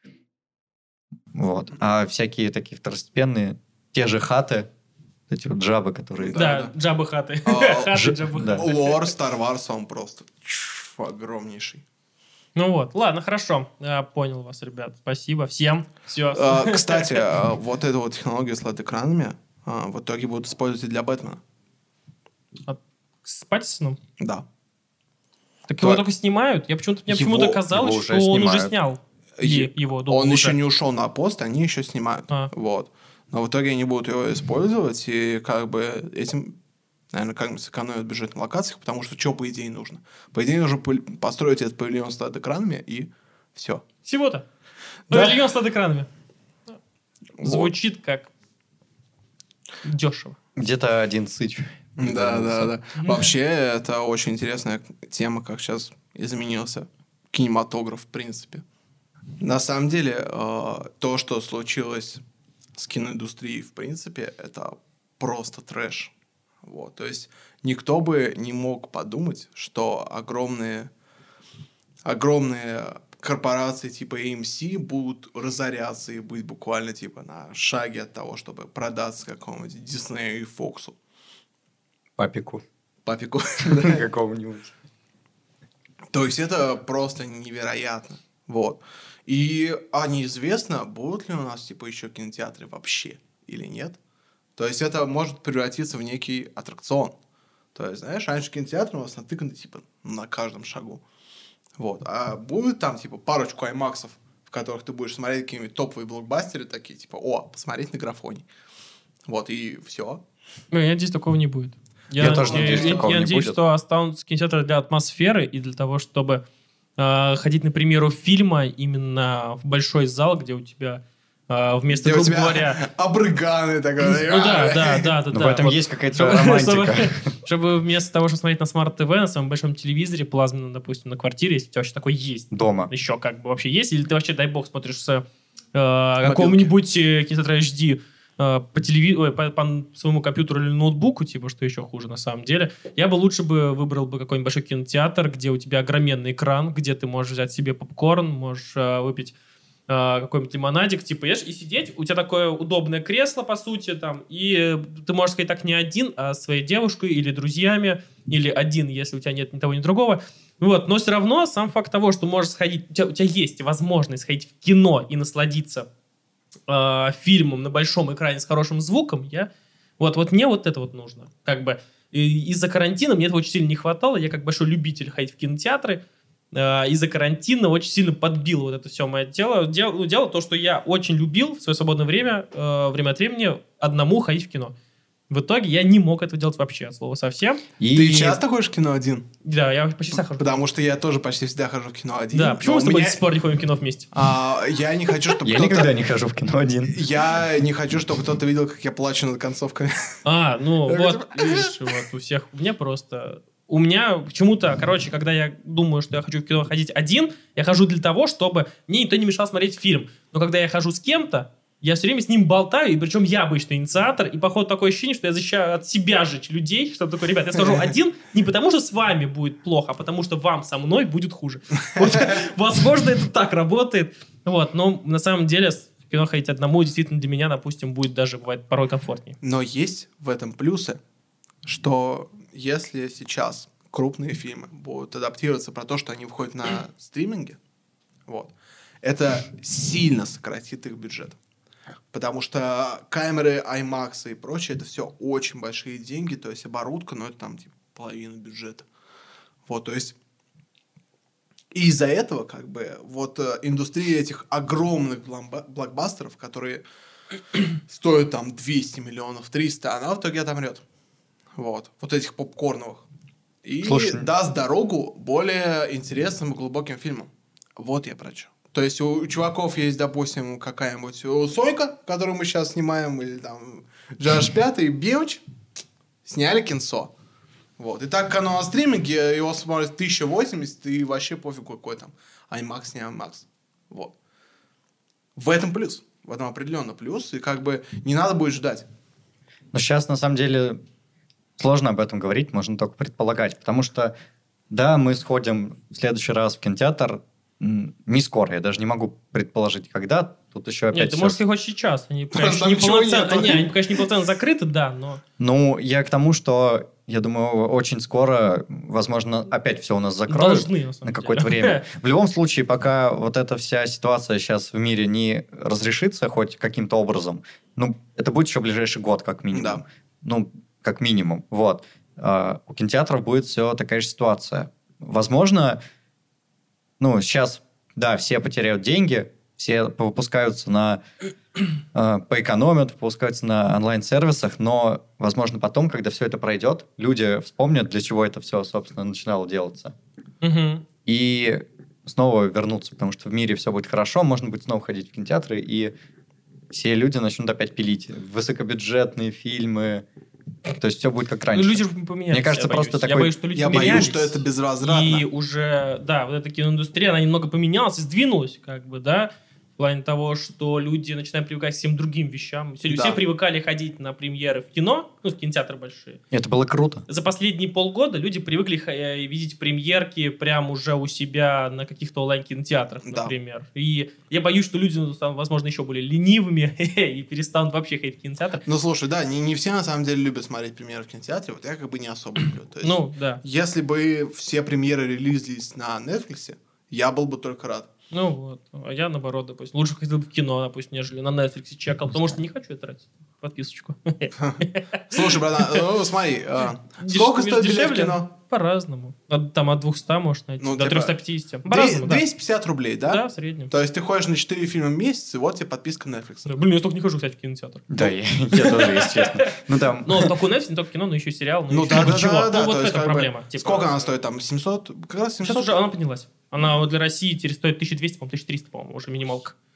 Вот. А всякие такие второстепенные, те же хаты, эти вот джабы, которые... Да, Да, да. джабы хаты. А, Хаты, ж- джабы да. хаты. Лор Star Wars, он просто чш, огромнейший. Ну вот, ладно, хорошо. Я понял вас, ребят. Спасибо всем. Все. А, Кстати, а, вот эту вот технологию с лед-экранами а, в итоге будут использовать и для Бэтмена. С Паттисоном? Да. Так его Да. только снимают? Я почему-то, мне Его- почему-то казалось, его что уже он уже снимают. снял Е- е- его. думал, Он еще уже. не ушел на пост, они еще снимают. А. Вот. Но в итоге они будут его использовать, и как бы этим, наверное, как-нибудь сэкономят бюджет на локациях, потому что что, по идее, нужно? По идее, нужно пол- построить этот павильон с экранами, и все. Всего-то. Да. Павильон с экранами. Звучит как дешево. Где-то один сыч. Да, да, да. Вообще, это очень интересная тема, как сейчас изменился кинематограф, в принципе. На самом деле, э, то, что случилось с киноиндустрией, в принципе, это просто трэш. Вот. То есть, никто бы не мог подумать, что огромные, огромные корпорации типа эй эм си будут разоряться и быть буквально типа на шаге от того, чтобы продаться какому-нибудь Диснею и Фоксу. Папику. Папику. Какого-нибудь. То есть это просто невероятно. Вот. И а неизвестно, будут ли у нас типа еще кинотеатры вообще или нет. То есть это может превратиться в некий аттракцион. То есть, знаешь, раньше кинотеатры у нас натыканы типа на каждом шагу. Вот. А будет там типа парочку аймаксов, в которых ты будешь смотреть какие-нибудь топовые блокбастеры такие, типа, о, посмотреть на графоне. Вот, и все. Ну, я надеюсь, такого не будет. Я тоже надеюсь, я, такого я не надеюсь, будет. что останутся кинотеатры для атмосферы и для того, чтобы э, ходить на премьеру фильма именно в большой зал, где у тебя Uh, вместо, грубо говоря... Обрыганы такой. Ну да, да, да. да. В этом есть какая-то романтика. Чтобы вместо того, чтобы смотреть на смарт-ТВ, на самом большом телевизоре, плазменном, допустим, на квартире, если у тебя вообще такой есть. Дома. Еще как бы вообще есть, или ты вообще, дай бог, смотришь с какого-нибудь кинотеатра эйч ди по телевизору, по, по своему компьютеру или ноутбуку, типа, что еще хуже на самом деле. Я бы лучше бы выбрал бы какой-нибудь большой кинотеатр, где у тебя огроменный экран, где ты можешь взять себе попкорн, можешь э, выпить э, какой-нибудь лимонадик, типа, ешь, и сидеть. У тебя такое удобное кресло, по сути, там, и ты можешь сказать так не один, а своей девушкой или друзьями, или один, если у тебя нет ни того, ни другого. Вот, но все равно сам факт того, что можешь сходить, у тебя, у тебя есть возможность сходить в кино и насладиться э, фильмом на большом экране с хорошим звуком, я, вот, вот мне вот это вот нужно. Как бы и, из-за карантина мне этого очень сильно не хватало, я как большой любитель ходить в кинотеатры, э, из-за карантина очень сильно подбило вот это все мое дело. Дело, дело то, что я очень любил в свое свободное время, э, время от времени одному ходить в кино. В итоге я не мог этого делать вообще, от слова совсем. И... Ты часто ходишь в кино один? Да, я почти всегда хожу. Потому что я тоже почти всегда хожу в кино один. Да, почему мы с тобой меня... до сих пор не ходим в кино вместе? А, я не хочу, чтобы Я никогда не хожу в кино один. Я не хочу, чтобы кто-то видел, как я плачу над концовками. А, ну вот, видишь, вот у всех. У меня просто... У меня почему-то, короче, когда я думаю, что я хочу в кино ходить один, я хожу для того, чтобы мне никто не мешал смотреть фильм. Но когда я хожу с кем-то, я все время с ним болтаю, и причем я обычно инициатор, и, походу, такое ощущение, что я защищаю от себя же людей, чтобы такой, ребят, я скажу один не потому, что с вами будет плохо, а потому, что вам со мной будет хуже. Вот, возможно, это так работает. Вот, но на самом деле в кино ходить одному действительно для меня, допустим, будет даже, бывает, порой комфортнее. Но есть в этом плюсы, что если сейчас крупные фильмы будут адаптироваться про то, что они выходят на стриминге, вот, это сильно сократит их бюджет. Потому что камеры IMAX и прочее, это все очень большие деньги, то есть оборудка, но это там типа половина бюджета. Вот, то есть из-за этого как бы вот индустрия этих огромных блокбастеров, которые стоят там двести миллионов, триста, она в итоге отомрет. Вот, вот этих попкорновых. И Слушай. даст дорогу более интересным и глубоким фильмам. Вот я про что. То есть у чуваков есть, допустим, какая-нибудь Сойка, которую мы сейчас снимаем, или там Джаш пятый, Бевч, сняли кинцо. Вот. И так как оно на стриминге, его смотрят тысяча восемьдесят, и вообще пофигу какой там IMAX, не IMAX. Вот. В этом плюс. В этом определенно плюс. И как бы не надо будет ждать. Но сейчас, на самом деле, сложно об этом говорить, можно только предполагать. Потому что, да, мы сходим в следующий раз в кинотеатр, не скоро, я даже не могу предположить, когда. Тут еще опять... Нет, ты можешь их хоть сейчас. Они, конечно, не полноценно, не, они, конечно, не полноценно закрыты, да, но... Ну, я к тому, что, я думаю, очень скоро, возможно, опять все у нас закроют. Должны, на, на какое-то время. В любом случае, пока вот эта вся ситуация сейчас в мире не разрешится хоть каким-то образом, ну, это будет еще ближайший год, как минимум. Да. Ну, как минимум. Вот. А у кинотеатров будет все такая же ситуация. Возможно... Ну, сейчас, да, все потеряют деньги, все повыпускаются на... Э, поэкономят, выпускаются на онлайн-сервисах, но, возможно, потом, когда все это пройдет, люди вспомнят, для чего это все, собственно, начинало делаться. Угу. И снова вернутся, потому что в мире все будет хорошо, можно будет снова ходить в кинотеатры, и все люди начнут опять пилить высокобюджетные фильмы. То есть все будет как раньше. Ну, люди же поменялись. Мне кажется, я просто боюсь. такой... Я боюсь, что люди Я поменялись. боюсь, что это безвозвратно. И уже, да, вот эта киноиндустрия, она немного поменялась и сдвинулась, как бы, да, в плане того, что люди начинают привыкать к всем другим вещам. Все, Да. все привыкали ходить на премьеры в кино, ну, в кинотеатры большие. Это было круто. За последние полгода люди привыкли э, видеть премьерки прямо уже у себя на каких-то онлайн-кинотеатрах, Да. например. И я боюсь, что люди, ну, там, возможно, еще более ленивыми и перестанут вообще ходить в кинотеатр. Ну, слушай, да, не, не все на самом деле любят смотреть премьеры в кинотеатре, вот я как бы не особо люблю. То есть, Ну, да. если бы все премьеры релизились на Netflix, я был бы только рад. Ну вот, а я наоборот, допустим, лучше ходил бы в кино, допустим, нежели на Netflix чекал, потому что не хочу я тратить подписочку. Слушай, братан, ну смотри, а, Деш- сколько стоит билет в дешевле? кино? По-разному. От, там от двухсот можешь найти, Ну, до типа, триста пятьдесят. По-разному, да. двести пятьдесят рублей, да? Да, в среднем. То есть ты ходишь на четыре фильма в месяц, и вот тебе подписка Netflix. Да, блин, я столько не хожу, кстати, в кинотеатр. Да, я, я тоже, если честно. Ну, там... Ну, только Netflix, не только кино, но еще сериал, ну, Ну еще да, много да, чего. да, да. Ну, вот то в есть, этом как бы, проблема. Типа, Сколько она стоит там? семьсот? Как раз семьсот? Сейчас уже она поднялась. Она вот для России теперь стоит тысяча двести, по-моему, тысяча триста, по-моему, уже минималка.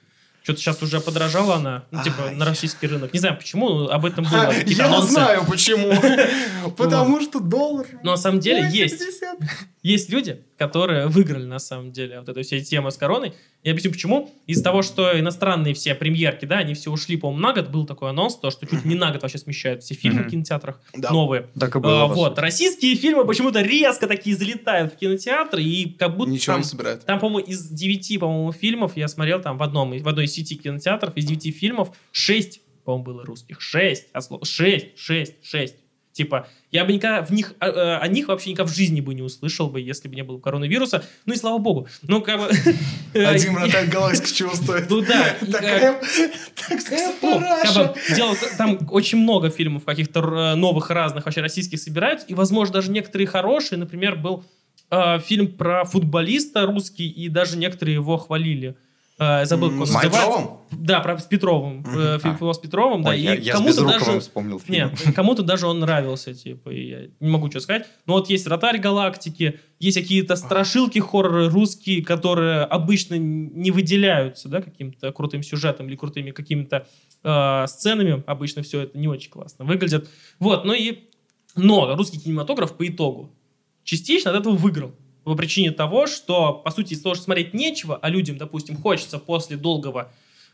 Что-то сейчас уже подорожала она, ну, типа, Ай. на российский рынок. Не знаю, почему, но об этом было. какие-то Я анонсы. знаю почему. Потому что доллар. Но на самом деле есть. восемьдесят. Есть люди, которые выиграли, на самом деле, вот эту всю тему с короной. Я объясню, почему. Из-за того, что иностранные все премьерки, да, они все ушли, по-моему, на год. Был такой анонс, то, что чуть ли не на год вообще смещают все фильмы Мгм. в кинотеатрах Да. новые. Так и было. А, по вот. сути. Российские фильмы почему-то резко такие залетают в кинотеатры, и как будто Ничего там, не собирает. там, по-моему, из девяти, по-моему, фильмов, я смотрел там в одном, в одной из сети кинотеатров, из девяти фильмов шесть, по-моему, было русских. Шесть. от слова- Шесть, шесть, шесть. Типа, я бы никогда в них, о, о них вообще никогда в жизни бы не услышал бы, если бы не было коронавируса. Ну и слава богу. Ну, как бы... Один вратарь галактики чего стоит? Ну да. Такая такая Ну, как параша. бы, дело, там очень много фильмов каких-то р- новых, разных, вообще российских собираются, и, возможно, даже некоторые хорошие. Например, был э, фильм про футболиста русский, и даже некоторые его хвалили. Э, забыл, М, как с он называется. Петровым? Да, про, с Петровым. Э, фильм А. с Петровым, да. Ой, И я, я с кому-то Безруковым даже... вспомнил фильм. Нет, кому-то даже он нравился, типа, и я не могу что сказать. Но вот есть «Вратарь галактики», есть какие-то страшилки, хорроры русские, которые обычно не выделяются, да, каким-то крутым сюжетом или крутыми какими-то э, сценами. Обычно все это не очень классно выглядит. Вот, ну и... Но русский кинематограф по итогу частично от этого выиграл. По причине того, что, по сути, из-за того, что смотреть нечего, а людям, допустим, хочется после долгого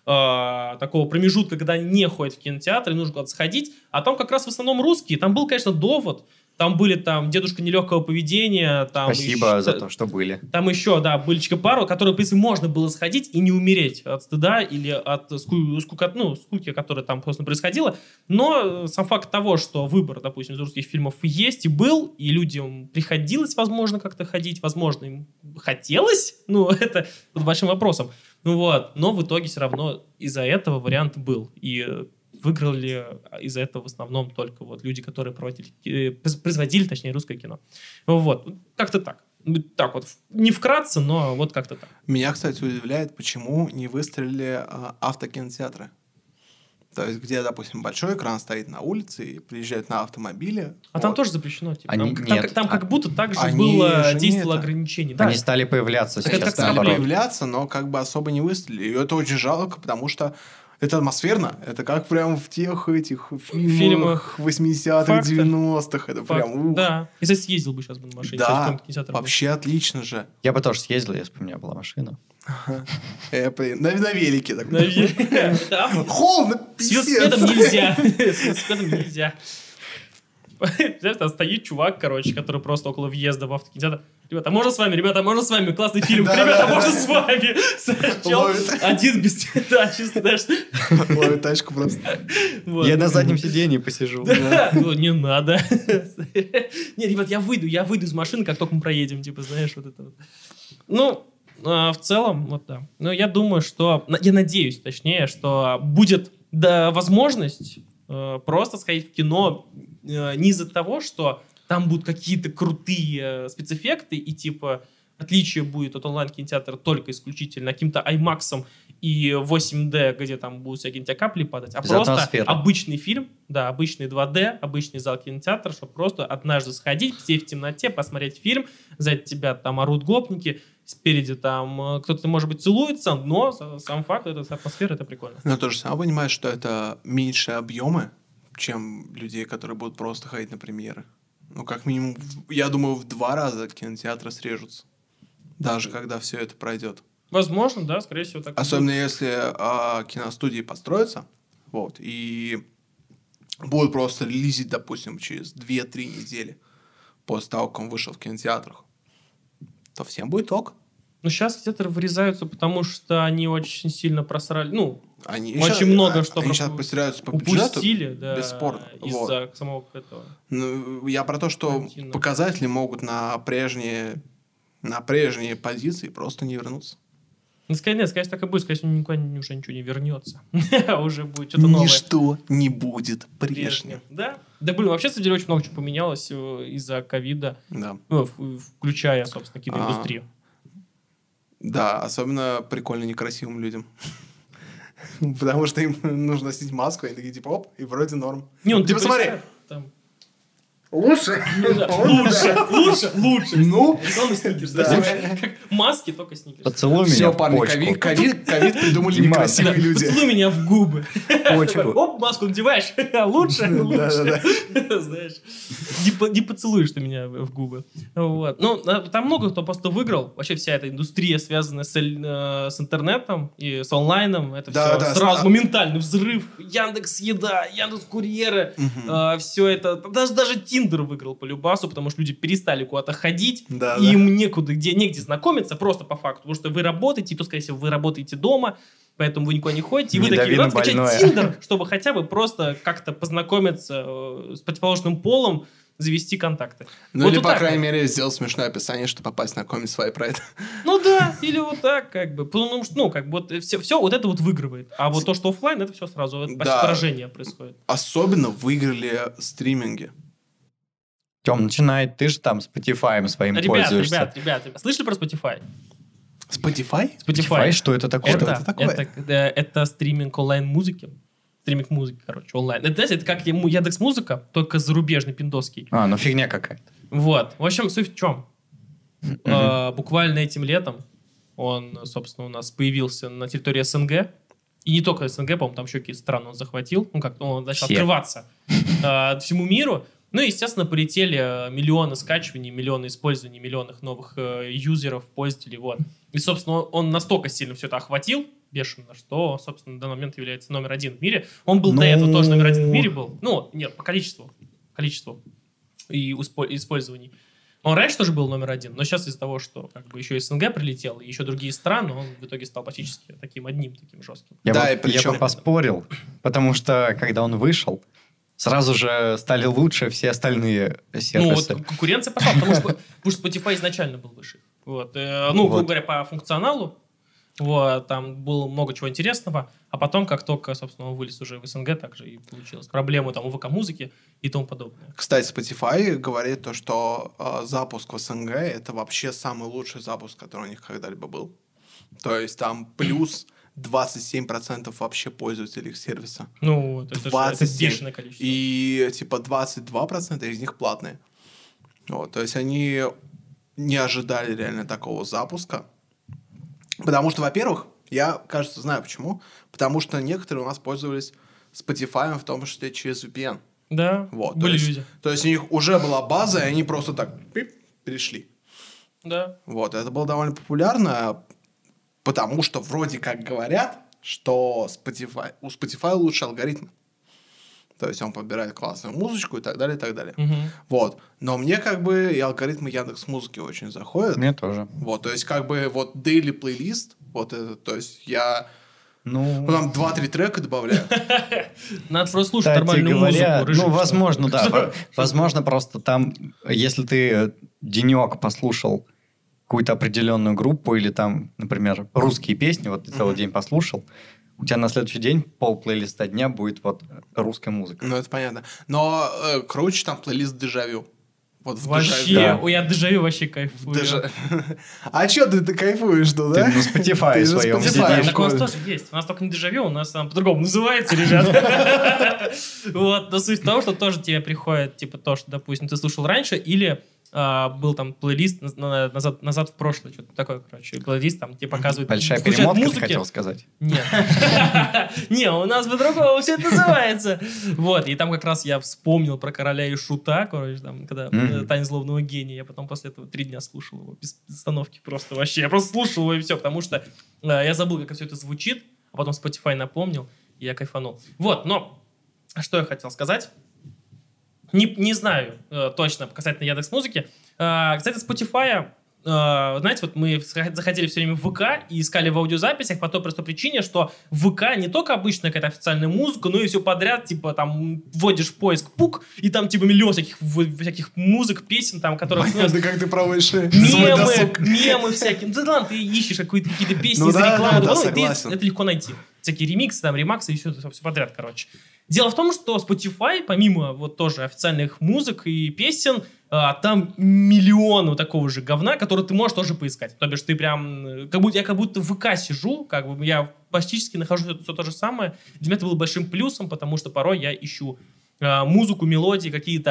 э, такого промежутка, когда они не ходят в кинотеатр, и нужно куда-то сходить, а там как раз в основном русские. Там был, конечно, «Довод», там были там «Дедушка нелегкого поведения». Там Спасибо еще, за то, что были. Там еще, да, «Быличка пару», которые, в принципе, можно было сходить и не умереть от стыда или от ску- скука- ну, скуки, которая там просто происходила. Но сам факт того, что выбор, допустим, из русских фильмов есть и был, и людям приходилось, возможно, как-то ходить, возможно, им хотелось, ну, это под большим вопросом. Ну вот, но в итоге все равно из-за этого вариант был. И выиграли из-за этого в основном только вот люди, которые проводили, э, производили, точнее, русское кино. Вот, как-то так. Так вот, не вкратце, но вот как-то так. Меня, кстати, удивляет, почему не выстрелили а, автокинотеатры. То есть, где, допустим, большой экран стоит на улице и приезжают на автомобиле. А вот. там тоже запрещено. Типа. Они- Там, там, нет. как- там как будто так же Они было, же не действовало это. ограничение. Да. Они стали появляться Так это сейчас как стали наоборот. появляться, но как бы особо не выстрелили. И это очень жалко, потому что это атмосферно. Это как прям в тех этих фильмах, фильмах восьмидесятых, факта. девяностых. Это Факт. прям ух. Да. Если съездил бы сейчас бы на машине. сейчас в Да, каком-то кинотеатре был. вообще отлично же. Я бы тоже съездил, если бы у меня была машина. Э, блин, На, на велике. так. Наверное. Да. Холодно, С пиздец. велосипедом нельзя. С велосипедом нельзя. Знаешь, там стоит чувак, короче, который просто около въезда в автокинотеатр. Ребята, можно с вами? Ребята, можно с вами? Классный фильм. Да, Ребята, да, можно да. с вами? Сначала Ловит. один без... Да, чисто, знаешь. Ловит тачку просто. вот. Я на заднем сидении посижу. Да. Ну, не надо. Не, ребят, я выйду, я выйду из машины, как только мы проедем, типа, знаешь, вот это вот. Ну, а, в целом, вот да. Но я думаю, что... Я надеюсь, точнее, что будет да, возможность э, просто сходить в кино э, не из-за того, что там будут какие-то крутые э, спецэффекты, и типа отличие будет от онлайн-кинотеатра только исключительно каким-то аймаксом и восемь дэ, где там будут всякие на тебя капли падать, а Из-за просто атмосферы. обычный фильм, да, обычный два дэ, обычный зал кинотеатра, чтобы просто однажды сходить, сесть в темноте, посмотреть фильм, сзади тебя там орут гопники, спереди там э, кто-то, может быть, целуется, но с- сам факт, эта атмосфера, это прикольно. Но ты же сам понимаешь, что это меньше объемы, чем людей, которые будут просто ходить на премьеры. Ну, как минимум, в- я думаю, в два раза кинотеатры срежутся. Даже когда все это пройдет. Возможно, да, скорее всего, так и Особенно будет. если а, киностудии построятся, вот, и будут просто релизить, допустим, через две-три недели после того, как он вышел в кинотеатрах, то всем будет ок. Ну, сейчас кинотеатры вырезаются, потому что они очень сильно просрали, ну, Они Очень щас- много а- что Они про- сейчас потеряются по бюджету. упустили, да, бесспорно. из-за самого этого. Ну, я про то, что Карантина. показатели могут на прежние, на прежние позиции просто не вернуться. Ну, скорее, нет, скорее так и будет, скорее всего, никуда не- уже ничего не вернется. Уже будет что-то новое. Ничто не будет прежним. Да? Да, блин, вообще, на самом деле, очень много чего поменялось э, из-за ковида, Да. ну, в- включая, собственно, киноиндустрию. Да, особенно прикольно некрасивым людям. Потому что им нужно носить маску, и они такие, типа, оп, и вроде норм. Не, он Типа, смотри. там... Лучше? Лучше, лучше, лучше. Ну, Рекламный сникерс. да. Как маски, только сникерс. Поцелуй меня все, в парни, почку. ковид, ковид, ковид придумали некрасивые люди. Поцелуй меня в губы. Почку. Оп, маску надеваешь. Лучше, лучше. Знаешь, не, по- не поцелуешь ты меня в губы. Вот. Ну, а, там много кто просто выиграл. Вообще вся эта индустрия, связанная с, эль- э, с интернетом и с онлайном, это Да, все да, сразу с- моментальный взрыв. Яндекс Еда, Яндекс Курьеры, все это. Даже, даже Тиндер выиграл по любасу, потому что люди перестали куда-то ходить, Да, и да. им некуда, где, негде знакомиться, просто по факту. Потому что вы работаете, и то, скорее всего, вы работаете дома, поэтому вы никуда не ходите. И вы Не такие, дави на надо скачать больное. Тиндер, чтобы хотя бы просто как-то познакомиться э, с противоположным полом, завести контакты. Ну Вот или, вот по так крайней вот. мере, сделать смешное описание, чтобы попасть на коммент свой про это. Ну да, или вот так, как бы. Потому что, ну, как бы, вот все, все вот это вот выигрывает. А вот то, что оффлайн, это все сразу, это почти Да. поражение происходит. Особенно выиграли стриминги. Тем, начинай, ты же там Spotify своим Ребят, пользуешься. ребят, ребят, ребят, слышали про Spotify? Spotify? Spotify, что это такое? Что Это, это такое? это, это, это стриминг онлайн-музыки. Стриминг музыки, короче, онлайн. Это, знаете, это как ему Яндекс.Музыка, только зарубежный, пиндосский. А, ну фигня какая-то. Вот. В общем, суть в чем? Э, буквально этим летом он, собственно, у нас появился на территории СНГ. И не только СНГ, по-моему, там еще какие-то страны он захватил. Ну, как он начал Все. открываться э, всему миру. Ну, и, естественно, полетели миллионы скачиваний, миллионы использований, миллионов новых э, юзеров, пользователей. Вот. И, собственно, он настолько сильно все это охватил, бешено, что, собственно, на данный момент является номер один в мире. Он был Ну. до этого тоже номер один в мире был. Ну, нет, по количеству. Количеству и успо- использований. Он раньше тоже был номер один, но сейчас из-за того, что как бы еще СНГ прилетел, и еще другие страны, он в итоге стал практически таким одним, таким жестким. Я, Да, бы, и причем- я бы поспорил, потому что, когда он вышел, сразу же стали лучше все остальные Ну, вот сервисы. конкуренция пошла, потому что, потому что Spotify изначально был выше. Вот. э, Ну, грубо Вот. говоря, по функционалу, вот, там было много чего интересного, а потом, как только, собственно, он вылез уже в СНГ, также и получилось проблемы там у ВК-музыки и тому подобное. Кстати, Spotify говорит то, что э, запуск в СНГ это вообще самый лучший запуск, который у них когда-либо был. То есть там плюс двадцать семь процентов вообще пользователей их сервиса. Ну, вот, это, же- это двадцать семь. бешеное количество. И типа двадцать два процента из них платные. Вот, то есть они не ожидали реально такого запуска. Потому что, во-первых, я, кажется, знаю почему. Потому что некоторые у нас пользовались Spotify в том числе через ви пи эн. Да, Вот, то были есть- люди. То есть у них уже была база, и они просто так пип, перешли. Да. Вот, это было довольно популярно, потому что вроде как говорят, что Spotify, у Spotify лучше алгоритмы. То есть он подбирает классную музычку и так далее, и так далее. Мгм. Вот. Но мне как бы и алгоритмы Яндекс.Музыки очень заходят. Мне тоже. Вот, то есть как бы вот daily плейлист, вот это, то есть я ну, Ну, там два-три трека добавляю. Надо просто слушать кстати нормальную говоря, музыку. рыжик, ну, что- возможно, да. что- во- Возможно, просто там, если ты денек послушал какую-то определенную группу или там, например, русские песни, вот ты целый Мгм. день послушал, у тебя на следующий день пол плейлиста дня будет вот русская музыка. Ну, это понятно. Но э, круче там плейлист «Дежавю». Вот в Вообще, «Дежавю». Да. ой, я дежавю вообще кайфую. Дежа- А чё ты, ты кайфуешь, что, Ты да? на Spotify Ты на своем Spotify. сидишь. Так у нас Прикольно. тоже есть. У нас только не дежавю, у нас там по-другому называется, ребят. Вот, но суть в том, что тоже тебе приходит, типа, то, что, допустим, ты слушал раньше, или а, был там плейлист на- на- назад, назад в прошлое, что-то такое, короче, плейлист, там тебе показывают... Большая включают перемотка, ты музыки. хотел сказать. Нет. Не, у нас по-другому все это называется. Вот, и там как раз я вспомнил про Короля и Шута, короче, там, когда Мгм. э, «Тайны злобного гения», я потом после этого три дня слушал его без без остановки просто вообще. Я просто слушал его и все, потому что э, я забыл, как все это звучит, а потом Spotify напомнил, и я кайфанул. Вот, но что я хотел сказать? Не, не знаю э, точно касательно Яндекс.Музыки. Э, кстати, Spotify, э, знаете, вот мы сх- заходили все время в ВК и искали в аудиозаписях по той простой причине, что в ВК не только обычная какая-то официальная музыка, но и все подряд, типа там вводишь в поиск пук, и там типа миллион всяких, в- всяких музык, песен, там, которые... Понятно, как ты проводишь свой Мемы, досуг. мемы всякие. Ну, да ладно, ты ищешь какие-то, какие-то песни Ну из да, рекламы. да, ну, и ты- согласен. это легко найти. Всякие ремиксы, там, ремаксы и все, все подряд, короче. Дело в том, что Spotify, помимо вот тоже официальных музык и песен, а, там миллион вот такого же говна, который ты можешь тоже поискать. То бишь ты прям... э, Как будто, я как будто в ВК сижу, как бы я практически нахожу все то же самое. Для меня это было большим плюсом, потому что порой я ищу а, музыку, мелодии, какие-то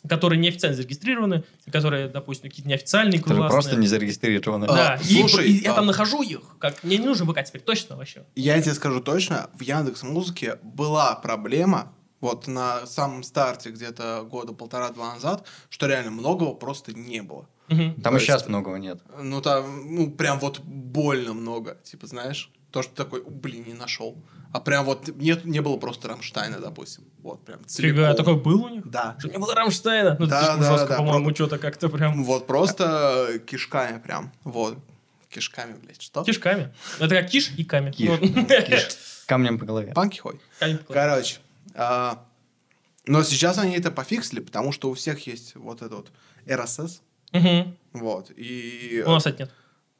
которые неофициально зарегистрированы, которые, допустим, какие-то неофициальные, Которые классные. просто не зарегистрированы. Да, А, и, слушай, и я а- там нахожу их. Как... Мне не нужен ВК теперь, точно вообще. Я тебе скажу точно, в Яндекс.Музыке была проблема, вот на самом старте, где-то года полтора-два назад, что реально многого просто не было. Мгм. Там То и сейчас есть- многого нет. Ну, там, ну, прям вот больно много, типа, знаешь? То, что такой, блин, не нашел. А прям вот нет, не было просто Рамштайна, допустим. Вот, прям целиком. Фига, такой был у них? Да. Что не было Рамштайна? Ну, Да, это слишком да, жестко, да, по-моему, правда. что-то как-то прям... Вот, просто кишками прям. Вот. Кишками, блядь, что? Кишками. Это как киш и ками. Киш. Вот. Киш. Камнем по голове. Панки хой. Камень покладывай. Короче. а, но сейчас они это пофиксили, потому что у всех есть вот этот вот эр эс эс. Мгм. Вот. И У нас это нет.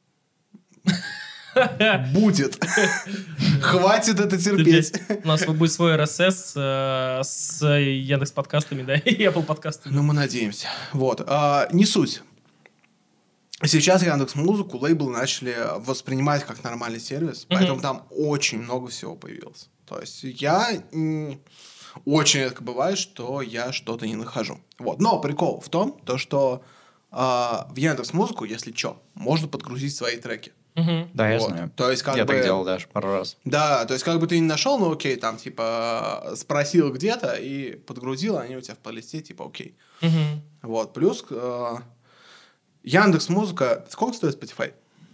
будет. Хватит это терпеть. У нас будет свой эр эс эс э, с Яндекс подкастами, да, и Apple подкастами. Ну, мы надеемся. Вот. А, не суть. Сейчас Яндекс.Музыку лейблы начали воспринимать как нормальный сервис, Мгм. поэтому там очень много всего появилось. То есть я м, очень редко бывает, что я что-то не нахожу. Вот. Но прикол в том, то, что а, в Яндекс.Музыку, если что, можно подгрузить свои треки. Мгм. Да, я Вот. знаю. То есть, как Я бы... так делал даже пару раз. Да, то есть как бы ты не нашел, ну окей, там типа спросил где-то и подгрузил, они у тебя в плейлисте, типа окей. Мгм. Вот, плюс э, Яндекс.Музыка, сколько стоит Spotify?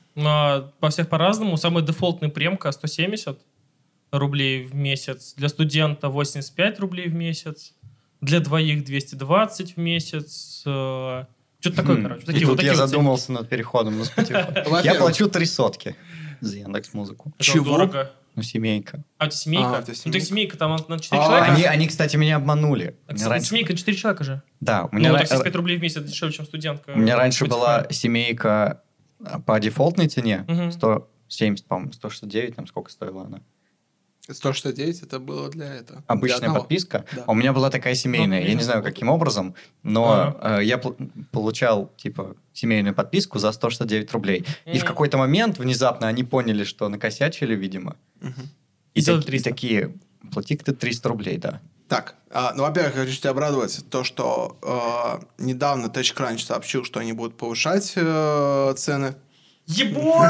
Но по всех по-разному. Самый дефолтный премка сто семьдесят рублей в месяц. Для студента восемьдесят пять рублей в месяц. Для двоих двести двадцать в месяц. э, Что-то такое, Хм. короче. И Такие вот тут такие я вот задумался над переходом на Spotify. Я Во-первых. плачу три сотки за Яндекс.Музыку. цены. Это Чего? дорого. Ну, семейка. А у тебя семейка? А, у тебя Ну, ты семейка. семейка, там на четыре А, человека. Они, они, кстати, меня обманули. Так, У меня раньше- Семейка четыре человека же. Да, у Ну, меня, так ра- семьдесят пять рублей в месяц дешевле, чем студентка. у меня раньше Spotify. была семейка а, по дефолтной цене. Мгм. сто семьдесят, по-моему, сто шестьдесят девять, там сколько стоила она. сто шестьдесят девять это было для этого. для Обычная одного. подписка. Да. А у меня была такая семейная. Ну, Я не знаю, вот. каким образом, но э, я пл- получал, типа, семейную подписку за сто шестьдесят девять рублей. И в Мгм. какой-то момент внезапно они поняли, что накосячили, видимо. Мгм. И, Сделали таки- и триста. такие, плати-ка ты триста рублей, да. Так, а, ну, во-первых, я хочу тебя обрадовать, то, что э, недавно TechCrunch сообщил, что они будут повышать э, цены. Ебой!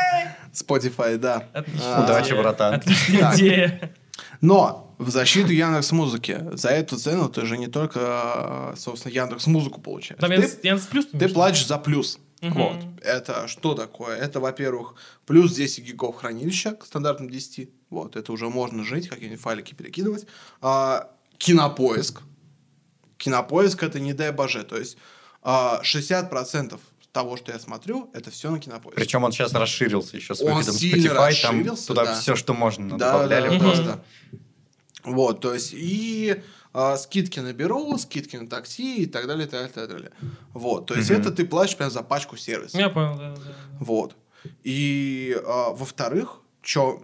Spotify, да. Отлично. А, Удачи, братан. Отличная Так. идея. Но в защиту Яндекс.Музыки за эту цену ты же не только, э, собственно, Яндекс.Музыку получаешь. Там Ты- Яндекс Яндекс плюс ты Ты имеешь в виду? платишь за плюс. Мгм. Вот. Это что такое? Это, во-первых, плюс десять гигов хранилища к стандартным десяти. Вот. Это уже можно жить, какие-нибудь файлики перекидывать. А, кинопоиск. Кинопоиск это не дай боже. То есть а, шестьдесят процентов того, что я смотрю, это все на Кинопоиске. Причем он сейчас расширился еще с Он выходом сильно Spotify. Там расширился, туда да. все, что можно, Да, добавляли. да, Мгм. просто. Вот, то есть, и а, скидки на бюро, скидки на такси и так далее, и так далее, и так далее. Вот, то есть, Мгм. это ты платишь прям за пачку сервиса. Я понял, да, да, да. Вот. И, а, во-вторых, что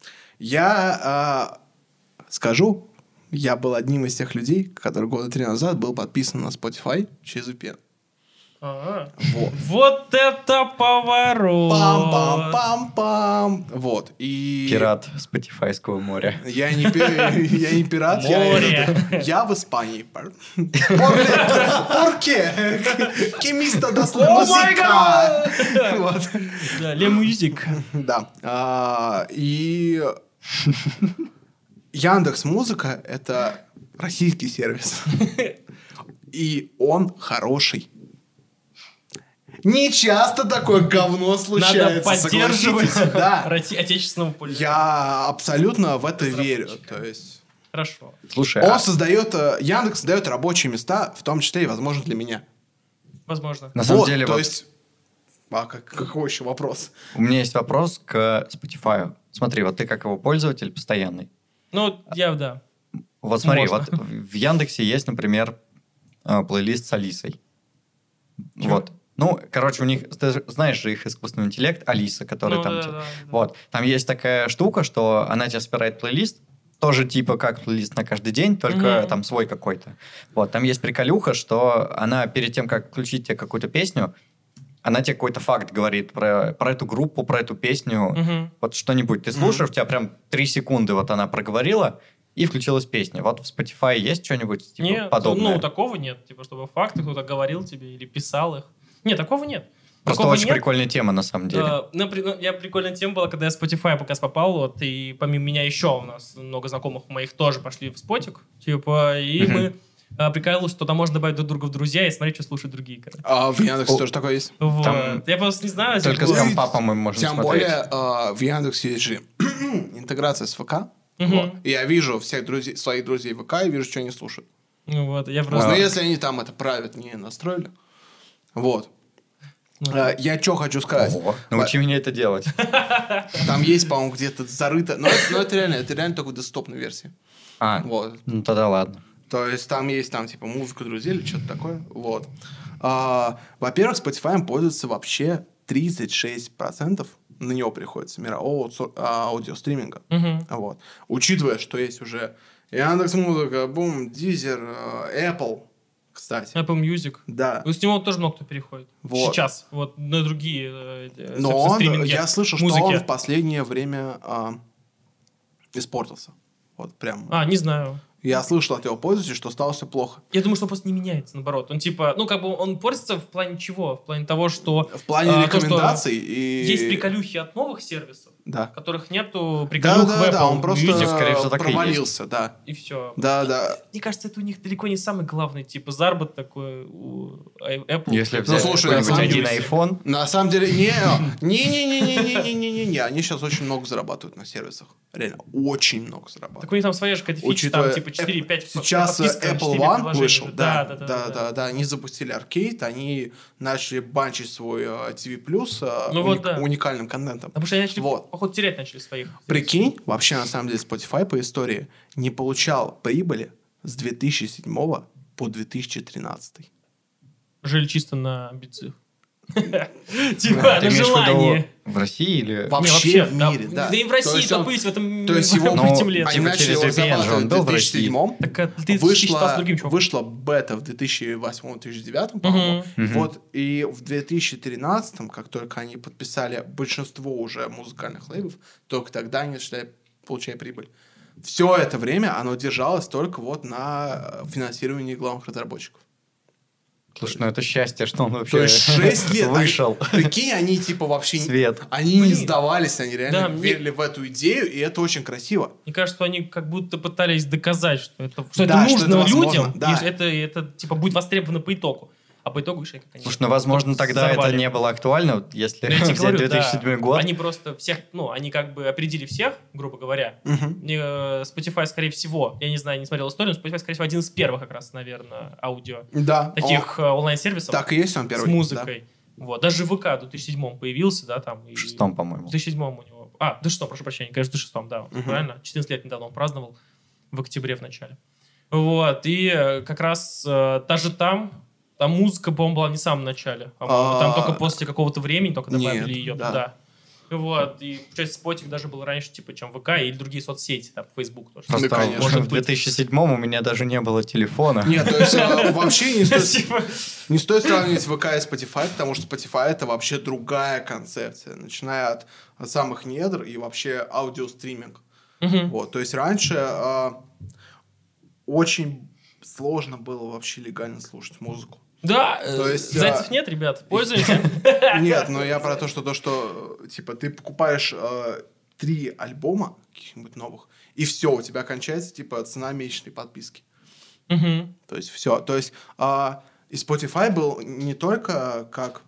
я а, скажу, я был одним из тех людей, который года три назад был подписан на Spotify через ви пи эн. Ага. Вот. Вот это поворот! Пам-пам-пам-пам. Вот. И... Пират Спотифайского моря. Я не, пи- я не пират, я, Море. этот, я в Испании. Пор- Порке? Кемиста досло О май музыка. гад! Вот. Да, Ле Мюзик. Да. А, И Яндекс Музыка это российский сервис. И он хороший. Не часто такое говно Надо случается. поддерживать согласитесь? Да. роти- отечественного пользователя. Я абсолютно в это верю. То есть Хорошо. Слушай, он а создает, э, Яндекс создает рабочие места, в том числе и, возможно, для меня. Возможно. на самом Вот, деле, то вот есть, а как- какой еще вопрос? у меня есть вопрос к Spotify. Смотри, вот ты как его пользователь постоянный. Ну, я, да. Вот смотри, Можно. вот в Яндексе есть, например, э, плейлист с Алисой. Чё? Вот. Ну, короче, у них, ты же знаешь же их искусственный интеллект, Алиса, который Ну, там... да, те- да, да. Вот. Там есть такая штука, что она тебе собирает плейлист, тоже типа как плейлист на каждый день, только Мгм. там свой какой-то. Вот. Там есть приколюха, что она перед тем, как включить тебе какую-то песню, она тебе какой-то факт говорит про, про эту группу, про эту песню. Мгм. Вот что-нибудь ты слушаешь, у тебя прям три секунды вот она проговорила, и включилась песня. Вот в Spotify есть что-нибудь типа, нет, подобное? Ну, такого нет. Типа, чтобы факты кто-то говорил тебе или писал их. Нет, такого нет. Просто такого очень нет. прикольная тема, на самом деле. Uh, например, я прикольная тема была, когда я в Spotify пока попал, вот, и помимо меня еще у нас много знакомых моих тоже пошли в Спотик, типа, и uh-huh. мы uh, прикалывались, что там можно добавить друг друга в друзья и смотреть, что слушают другие. Короче. А в Яндексе тоже такое есть? Вот. Там Я просто не знаю. Только было... с компа, по-моему, можно Тем смотреть. более uh, в Яндексе есть же интеграция с ВК. Uh-huh. Вот. И я вижу всех друзей, своих друзей в ВК и вижу, что они слушают. Ну, вот, я просто... Но если они там это правят не настроили. Вот. Uh, я что хочу сказать. Ого, научи меня это делать. Там есть, по-моему, где-то зарыто. Но, но это реально, это реально только в десктопной версии. А, вот. ну тогда ладно. То есть там есть там типа музыка друзей или что-то такое. Вот. А, во-первых, Spotify пользуется вообще тридцать шесть процентов на него приходится мирового аудиостриминга. Uh-huh. Вот. Учитывая, что есть уже Яндекс.Музыка, Бум, Deezer, Apple, кстати. Apple Music. Да. С него тоже много кто переходит. Вот. Сейчас. Вот на другие э, Но он, стриминги. я слышал, музыки. что он в последнее время а, испортился. Вот прям. А, не знаю. Я слышал от его пользователей, что стало все плохо. Я думаю, что он просто не меняется, наоборот. Он типа, ну, как бы он портится в плане чего? В плане того, что... В плане а, рекомендаций то, и... Есть приколюхи от новых сервисов, да. которых нету Да, приколюх да, в Apple да, он просто Music, скорее всего, так и провалился, да. и все. Да, да. Мне кажется, это у них далеко не самый главный, типа, заработок такой у Apple. Если Ну, взять слушай, на какой-нибудь самом один деле- iPhone, На самом деле, не, не, не, не, не, не, не, не, не, не, они сейчас очень много зарабатывают на сервисах, реально, очень много зарабатывают. Так у них там своя же какая-то фича, Учитывая, там, типа, четыре-пять сейчас подписка на Apple четыре One приложения. вышел, да, да, да, да, да, да, они запустили аркейд, они начали банчить свой э, ти ви плюс э, Ну уник- вот да. уникальным контентом. Потому что они начали, Вот. походу, терять начали своих. Прикинь, вообще на самом деле Spotify по истории не получал прибыли с две тысячи седьмого по две тысячи тринадцатый. Жили чисто на амбициях. ты Типа, на имеешь в виду желание. в России или... Вообще, Не, в мире, да. Да и в России, То есть то он- пусть в этом то есть его- этим Ну, лет. Они Типа начали через его ви пи эн же он зарабатывать был в в две тысячи седьмом. Так а ты считал с другим Вышла, чуваком. вышла бета в две тысячи восьмом - две тысячи девятом, по-моему. Мгм. Вот, и в две тысячи тринадцатом, как только они подписали большинство уже музыкальных лейблов, только тогда они начали получать прибыль. Все это время оно держалось только вот на финансировании главных разработчиков. Слушай, ну это счастье, что он вообще То есть шесть лет. вышел. Они, прикинь, они типа вообще... не- Свет. Они не Блин. сдавались, они реально Да, мне- верили в эту идею, и это очень красиво. Мне кажется, что они как будто пытались доказать, что это, что Да, это что нужно это возможно, людям, да. и это, это типа будет востребовано по итогу. А по итогу еще как они... Слушай, ну, возможно, тогда взорвали. это не было актуально, вот если Ну, я тебе взять говорю, две тысячи седьмой да. год. Они просто всех, ну, они как бы опередили всех, грубо говоря. Мгм. Не, э, Spotify, скорее всего, я не знаю, не смотрел историю, но Spotify, скорее всего, один из первых как раз, наверное, аудио. Да. Таких э, онлайн-сервисов О, так и есть он с первый. музыкой. Вот. Даже ВК в две тысячи седьмом появился, да, там. и- В шестом, В по-моему. две тысячи седьмом у него... А, в две тысячи шестом, прошу прощения, конечно, в две тысячи шестом, да, Мгм. правильно? четырнадцать лет недавно он праздновал, в октябре в начале. Вот, и э, как раз э, даже там, там музыка, по-моему, была не в самом начале. По-моему, там А, только после какого-то времени только добавили нет, ее да. туда. Вот, и, получается, Спотик даже был раньше, типа, чем ВК или другие соцсети, там, Facebook тоже. Просто Ну, конечно. может, Может в две быть. тысячи седьмом у меня даже не было телефона. Нет, то есть э, вообще не стоит, Типа, не стоит сравнивать ВК и Spotify, потому что Spotify это вообще другая концепция, начиная от, от самых недр и вообще аудиостриминг. мгм. Вот, то есть раньше э, очень сложно было вообще легально слушать музыку. Да, То э, есть, зайцев а- нет, ребят, пользуйтесь. Нет, но я про то, что то, что э, типа ты покупаешь э, три альбома каких-нибудь новых, и все, у тебя кончается типа цена месячной подписки. Мгм. То есть все. То есть а, и Spotify был не только как,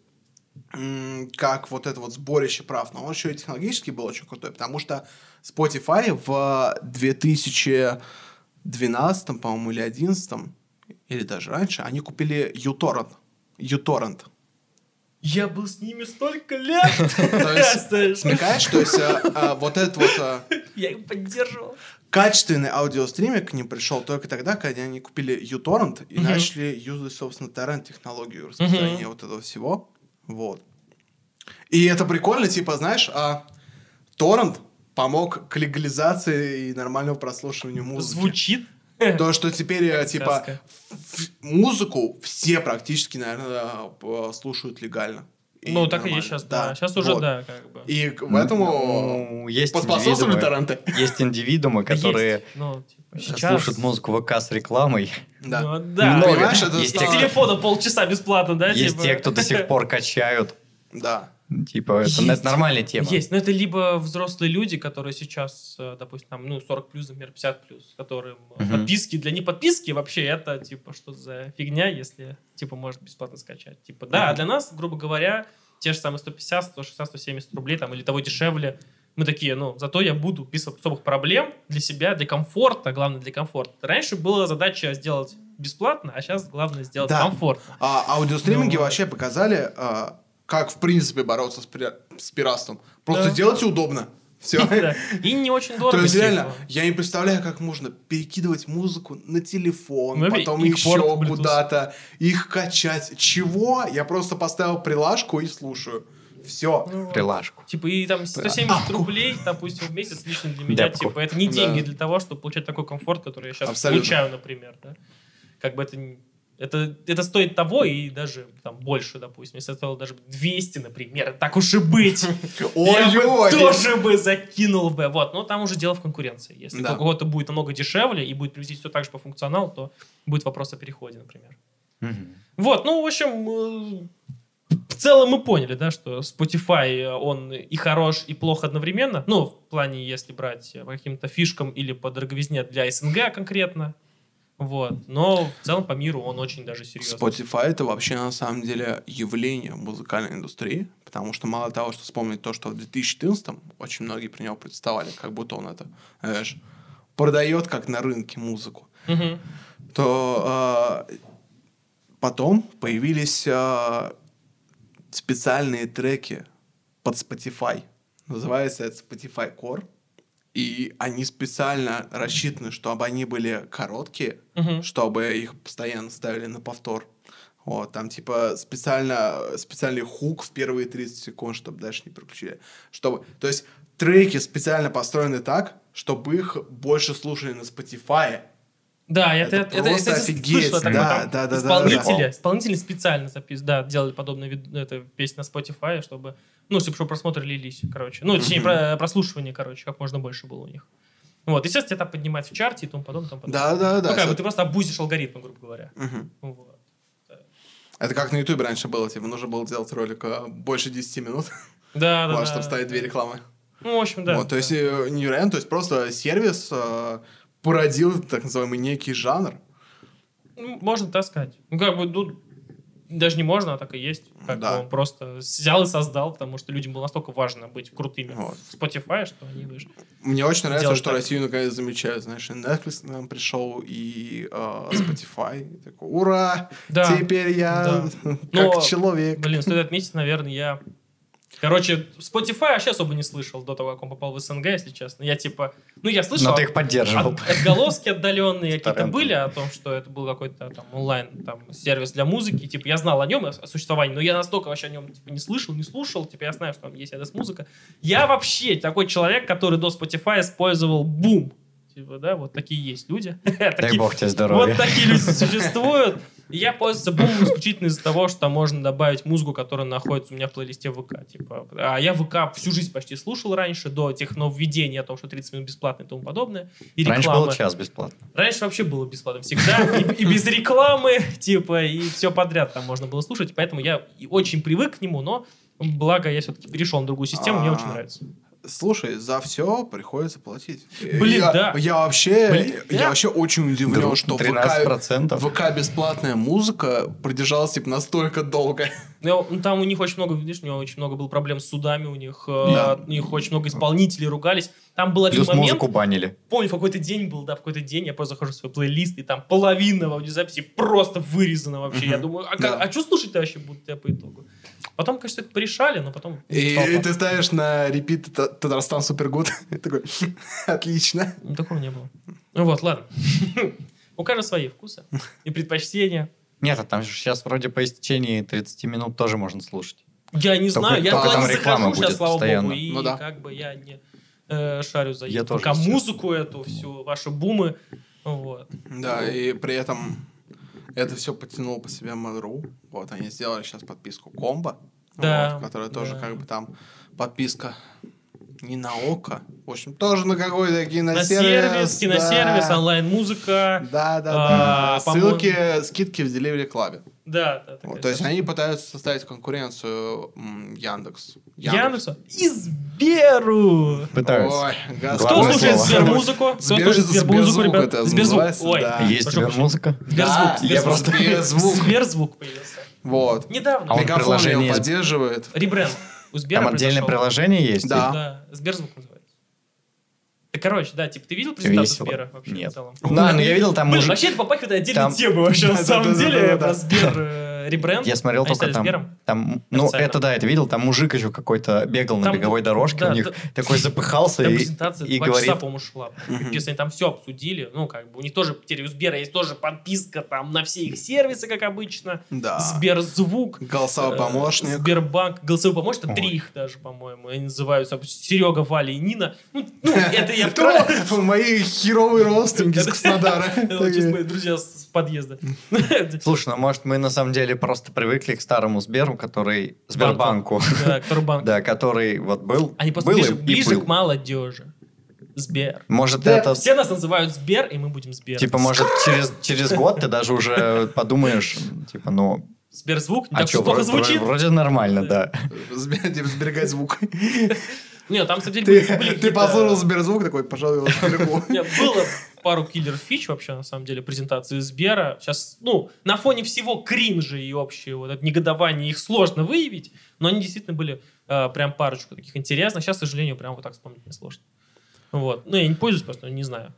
м, как вот это вот сборище прав, но он еще и технологически был очень крутой, потому что Spotify в две тысячи двенадцатом, по-моему, или одиннадцатом, или даже раньше, они купили uTorrent. uTorrent. Я был с ними столько лет. То есть, Знаешь, смекаешь, то есть э, э, вот этот вот э, я их поддерживал. качественный аудиостриминг к ним пришел только тогда, когда они купили uTorrent и Мгм. начали юзать, собственно, торрент-технологию распространения вот этого всего. Вот. И это прикольно, типа, знаешь, а торрент помог к легализации и нормальному прослушиванию музыки. Звучит. То, что теперь, э, типа, Сказка. в- музыку все практически, наверное, э, слушают легально. Ну, так и есть сейчас, да. Сейчас уже, вот. да, как бы. И к этому Ну, есть поспособствовали индивидуумы, торренты. есть индивидуумы, которые Есть, ну, типа, сейчас... слушают музыку ВК с рекламой. Да. Ну, да. Много. Понимаешь, это Есть С стало- телефона полчаса бесплатно, да? Есть типа? те, кто до сих пор качают. Да. Типа, это, Есть. это нормальная тема. Есть, но это либо взрослые люди, которые сейчас, э, допустим, там, ну, сорок плюс, например, пятьдесят плюс, которым э, Мгм. подписки, для них подписки вообще это, типа, что за фигня, если, типа, можно бесплатно скачать. Типа, да, а для нас, грубо говоря, те же самые сто пятьдесят, сто шестьдесят, сто семьдесят рублей, там, или того дешевле, мы такие, ну, зато я буду без особых проблем для себя, для комфорта, главное, для комфорта. Раньше была задача сделать бесплатно, а сейчас главное сделать Да. комфортно. А аудиостриминги Ну, вообще показали, а, как в принципе бороться с, пира- с пиратством. Просто Да. делайте удобно. Все. Да. И не очень дорого. То есть типа. реально, я не представляю, как можно перекидывать музыку на телефон, Ну, потом и еще порт Bluetooth. куда-то, их качать. Чего? Я просто поставил прилажку и слушаю. Все. Ну, вот. Прилажку. Типа, и там сто семьдесят Апку. рублей, допустим, в месяц лично для меня, Депку. типа, это не Да. деньги для того, чтобы получать такой комфорт, который я сейчас Абсолютно. получаю, например, да. Как бы это не... Это, это стоит того и даже там больше, допустим. Если это стоило даже двести, например, так уж и быть. Я бы Ой-ой! тоже бы закинул бы. Вот, но там уже дело в конкуренции. Если Да. у кого-то будет намного дешевле и будет привезти все так же по функционалу, то будет вопрос о переходе, например. Мгм. Вот, ну, в общем, э, в целом мы поняли, да, что Spotify, э, он и хорош, и плох одновременно. Ну, в плане, если брать по каким-то фишкам или по дороговизне для СНГ конкретно. Вот. Но в целом по миру он очень даже серьезный. Spotify это вообще на самом деле явление музыкальной индустрии, потому что мало того, что вспомнить то, что в две тысячи четырнадцатом очень многие про него представали, как будто он это, знаешь, продает как на рынке музыку, Мгм. то э, потом появились э, специальные треки под Spotify. Называется это Spotify Core. И они специально рассчитаны, чтобы они были короткие, Мгм. чтобы их постоянно ставили на повтор. Вот, там типа специально, специальный хук в первые тридцать секунд, чтобы дальше не переключили. Чтобы, то есть треки специально построены так, чтобы их больше слушали на Spotify. Да, это, Это это, просто это, офигеть. слышала такое, Да, там да, да, да, исполнители, да. исполнители специально запис, да, делали подобные вид- это, песни на Spotify, чтобы, ну, чтобы, чтобы просмотры лились, короче. Ну, точнее, Мгм. про- прослушивание, короче, как можно больше было у них. Вот, естественно, тебя там поднимать в чарте и тому подобное. Тому подобное. Да, да, да. Ну, как бы Со- ты просто обузишь алгоритмы, грубо говоря. Мгм. Вот. Это как на Ютубе раньше было, типа, нужно было делать ролик э, больше десяти минут, Да, да, вот, да. чтобы ставить две рекламы. Ну, в общем, да. Вот, то есть да. э, невероятно, то есть просто сервис э, породил так называемый некий жанр. Ну, можно так сказать. Ну, как бы, ну, даже не можно, а так и есть. Как Да. бы он просто взял и создал, потому что людям было настолько важно быть крутыми Вот. в Spotify, что они вышли. Мне очень нравится, Делать что так. Россию наконец замечают. Знаешь, и Netflix к нам пришел, и э, Spotify. И такой, ура! Да. Теперь я Да. как Но, человек. Блин, стоит отметить, наверное, я... Короче, Spotify вообще особо не слышал до того, как он попал в СНГ, если честно. Я типа... Ну, я слышал... Но ты их поддерживал. от- отголоски отдаленные какие-то Торрентом. были о том, что это был какой-то там онлайн там, сервис для музыки. Типа, я знал о нем, о существовании, но я настолько вообще о нем типа, не слышал, не слушал. Типа, я знаю, что там есть Яндекс.Музыка. Я вообще такой человек, который до Spotify использовал Boom. Типа, да, вот такие есть люди. Дай Такие- бог тебе здоровья. Вот такие люди существуют. И я пользуюсь Boom исключительно из-за того, что там можно добавить музыку, которая находится у меня в плейлисте ВК. Типа. А я ВК всю жизнь почти слушал раньше, до тех нововведений о том, что тридцать минут бесплатно и тому подобное. И Раньше рекламы. был час бесплатно. Раньше вообще было бесплатно всегда. И, и без рекламы, типа, и все подряд там можно было слушать. Поэтому я и очень привык к нему, но благо я все-таки перешел на другую систему, мне очень нравится. Слушай, за все приходится платить. Блин, я, да. Я вообще, Блин, я да. вообще очень удивлен, Друг, что тринадцать ВК, процентов. ВК бесплатная музыка продержалась типа настолько долго. Ну, ну, там у них очень много, видишь, у него очень много было проблем с судами, у них, э, Да. у них очень много исполнителей ругались. Там был один Плюс момент, музыку банили. помню, в какой-то день был, да, в какой-то день я просто захожу в свой плейлист, и там половина в аудиозаписи просто вырезана вообще. Я Мгм. думаю, а, Да. как, а что слушать-то вообще будут я по итогу? Потом, конечно, это порешали, но потом... И, стало и плохо. ты ставишь на репит Та- Татарстан Супергуд. И такой, отлично. Ну, такого не было. Ну вот, ладно. У каждого свои вкусы и предпочтения. Нет, а там же сейчас вроде по истечении тридцати минут тоже можно слушать. Я не Только- знаю, я только туда там не реклама захожу сейчас, будет слава постоянно. богу, и Ну да. как бы я не э, шарю за Я тоже пока сейчас. музыку эту, всю, ваши бумы. Вот. Да, и при этом это все потянул по себе Mail.ru. Вот, они сделали сейчас подписку Комбо. Да, вот, которая тоже да. как бы там подписка не на ОКО, в общем, тоже на какой-то На киносервис. сервис, киносервис, да. онлайн-музыка. Да, да, А, да. Ссылки, скидки в Delivery Club. Да, да. Вот, то есть они пытаются составить конкуренцию м, Яндекс. Яндексу и Сберу. Пытаются. Ой, Кто Главное слушает слово. Сбермузыку? Кто Сбер- слушает Сбермузыку, Сберзвук ребят? это Сберзвук. называется, Ой, да. Есть прошу прощения. Сбермузыка? Сберзвук. Да, Сберзвук. я просто Сберзвук. Сберзвук появился. Вот. Недавно. А он Мегафон приложение его из- поддерживает. Ребренд. У Сбера Там отдельное произошел. приложение есть? Да. Да, Сберзвук называется. Да, короче, да, типа, ты видел презентацию Весело. Сбера вообще Нет. в целом? Да, ну я видел там Блин, мужик- вообще это попахивает отдельной там- темой вообще, на Да, самом да, да, деле, да, да, про да. Сбер э, ребренд. Я смотрел Они только стали там, Сбером. там, ну Официально. это да, это видел, там мужик еще какой-то бегал на Там, беговой дорожке да, у них, да. такой запыхался Там и, презентация и два говорит, часа, по-моему, шла. Пипец, они там все обсудили. Ну, как бы, у них тоже, теперь у Сбера есть тоже подписка там на все их сервисы, как обычно. Да. Сберзвук. Голосовой э, помощник. Сбербанк. Голосовой помощник. Ой. Три их даже, по-моему. Они называются Серега, Валя и Нина. Ну, ну, это я Кто? вкратце. Мои херовые родственники из Краснодара. Это чисто мои друзья с подъезда. слушай, ну может мы на самом деле просто привыкли к старому Сберу, который, Сбербанку, Да, который банк. да, который вот был, Они просто был ближе, и- и ближе был. к молодежи. Сбер. Может Да, это, Все нас называют Сбер, и мы будем Сбер. типа, может через, через год ты даже уже подумаешь, типа, ну, Сберзвук не а так что, уж плохо вроде, звучит. вроде нормально, да. Сбер- типа, Сберегать звук. Нет, там, на самом деле, Ты, были, были ты какие-то- послушал Сберзвук, такой, пожалуй, его сберегу. Нет, было пару киллер-фич вообще, на самом деле, презентации Сбера. Сейчас, ну, на фоне всего кринжа и общего вот это негодования их сложно выявить, но они действительно были э, прям парочку таких интересных. Сейчас, к сожалению, прям вот так вспомнить не сложно. Вот. Ну, я не пользуюсь просто, не знаю.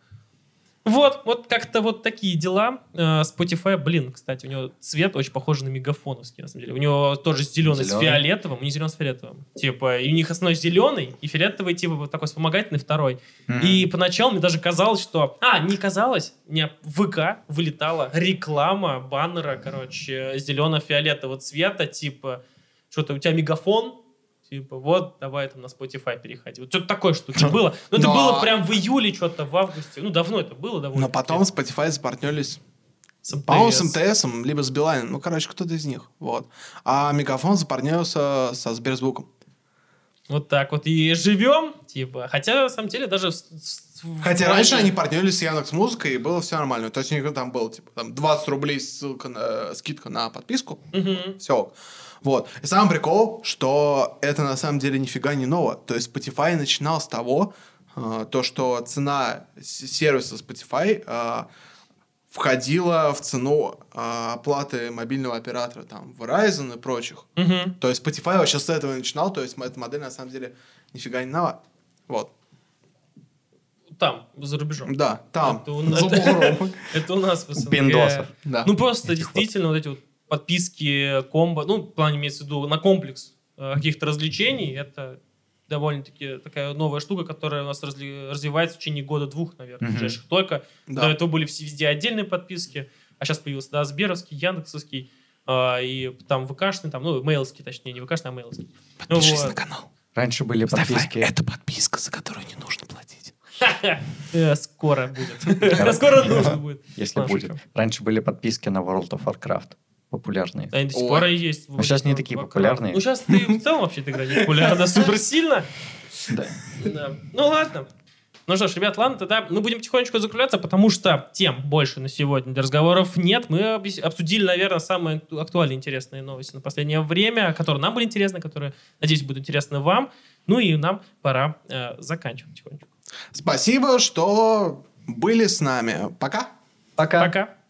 Вот, вот как-то вот такие дела. Э, Spotify, блин, кстати, у него цвет очень похож на мегафоновский, на самом деле. У него тоже зеленый, с Зеленый? фиолетовым, не зеленый с фиолетовым. Типа, и у них основной зеленый, и фиолетовый, типа, вот такой вспомогательный второй. Мгм. И поначалу мне даже казалось, что... А, не казалось, мне в ВК вылетала реклама баннера, короче, зелено-фиолетового цвета, типа, что-то у тебя мегафон, типа, вот, давай там на Spotify переходи. Вот что-то такое штуки было. Но это Но- было прям в июле, что-то в августе. Ну, давно это было довольно. Но потом Spotify запартнерились, с МТС. по-моему, с МТСом, либо с Билайном. Ну, короче, кто-то из них. Вот. А Мегафон запартнерился со Сберзвуком. Вот так вот и живем, типа. Хотя, на самом деле, даже... с- с- в Хотя плане- раньше они партнерились с Яндекс.Музыкой, и было все нормально. То есть у них там было, типа, там двадцать рублей ссылка на, скидка на подписку. Мгм. Все. Вот. И сам прикол, что это на самом деле нифига не ново. То есть Spotify начинал с того, э, то, что цена с- сервиса Spotify э, входила в цену э, оплаты мобильного оператора, там, Verizon и прочих. Мгм. То есть Spotify вообще с этого и начинал, то есть эта модель на самом деле нифига не нова. Вот. Там, за рубежом. Да, там, Это у- за это- бугром. Это у нас в СНГ. Пиндосов. Да. Ну, просто Этих вот. действительно вот эти вот подписки, комбо, ну, в плане имеется в виду на комплекс э, каких-то развлечений, это довольно-таки такая новая штука, которая у нас разли- развивается в течение года-двух, наверное, Мгм. ближайших только. Да. До этого были все везде отдельные подписки, а сейчас появился, да, Сберовский, Яндексовский, э, и там ВКшный, там, ну, мейловский, точнее, не ВКшный, а мейловский. Подпишись Вот. на канал. Раньше были Ставь лайк. подписки. Это подписка, за которую не нужно платить. Э, Скоро будет. Скоро нужно будет. Если Нашиком. будет. Раньше были подписки на World of Warcraft. Популярные. Они до сих Ой. пор и есть. Ну, щас не такие Warcraft. популярные. Ну, сейчас ты в целом вообще эта игра не популярна супер сильно. Да. Да. Ну, ладно. Ну что ж, ребят, ладно, тогда мы будем потихонечку закругляться, потому что тем больше на сегодня для разговоров нет. Мы объяс- обсудили, наверное, самые акту- актуальные, интересные новости на последнее время, которые нам были интересны, которые, надеюсь, будут интересны вам. Ну и нам пора э, заканчивать потихонечку. Спасибо, что были с нами. Пока. Пока. Пока.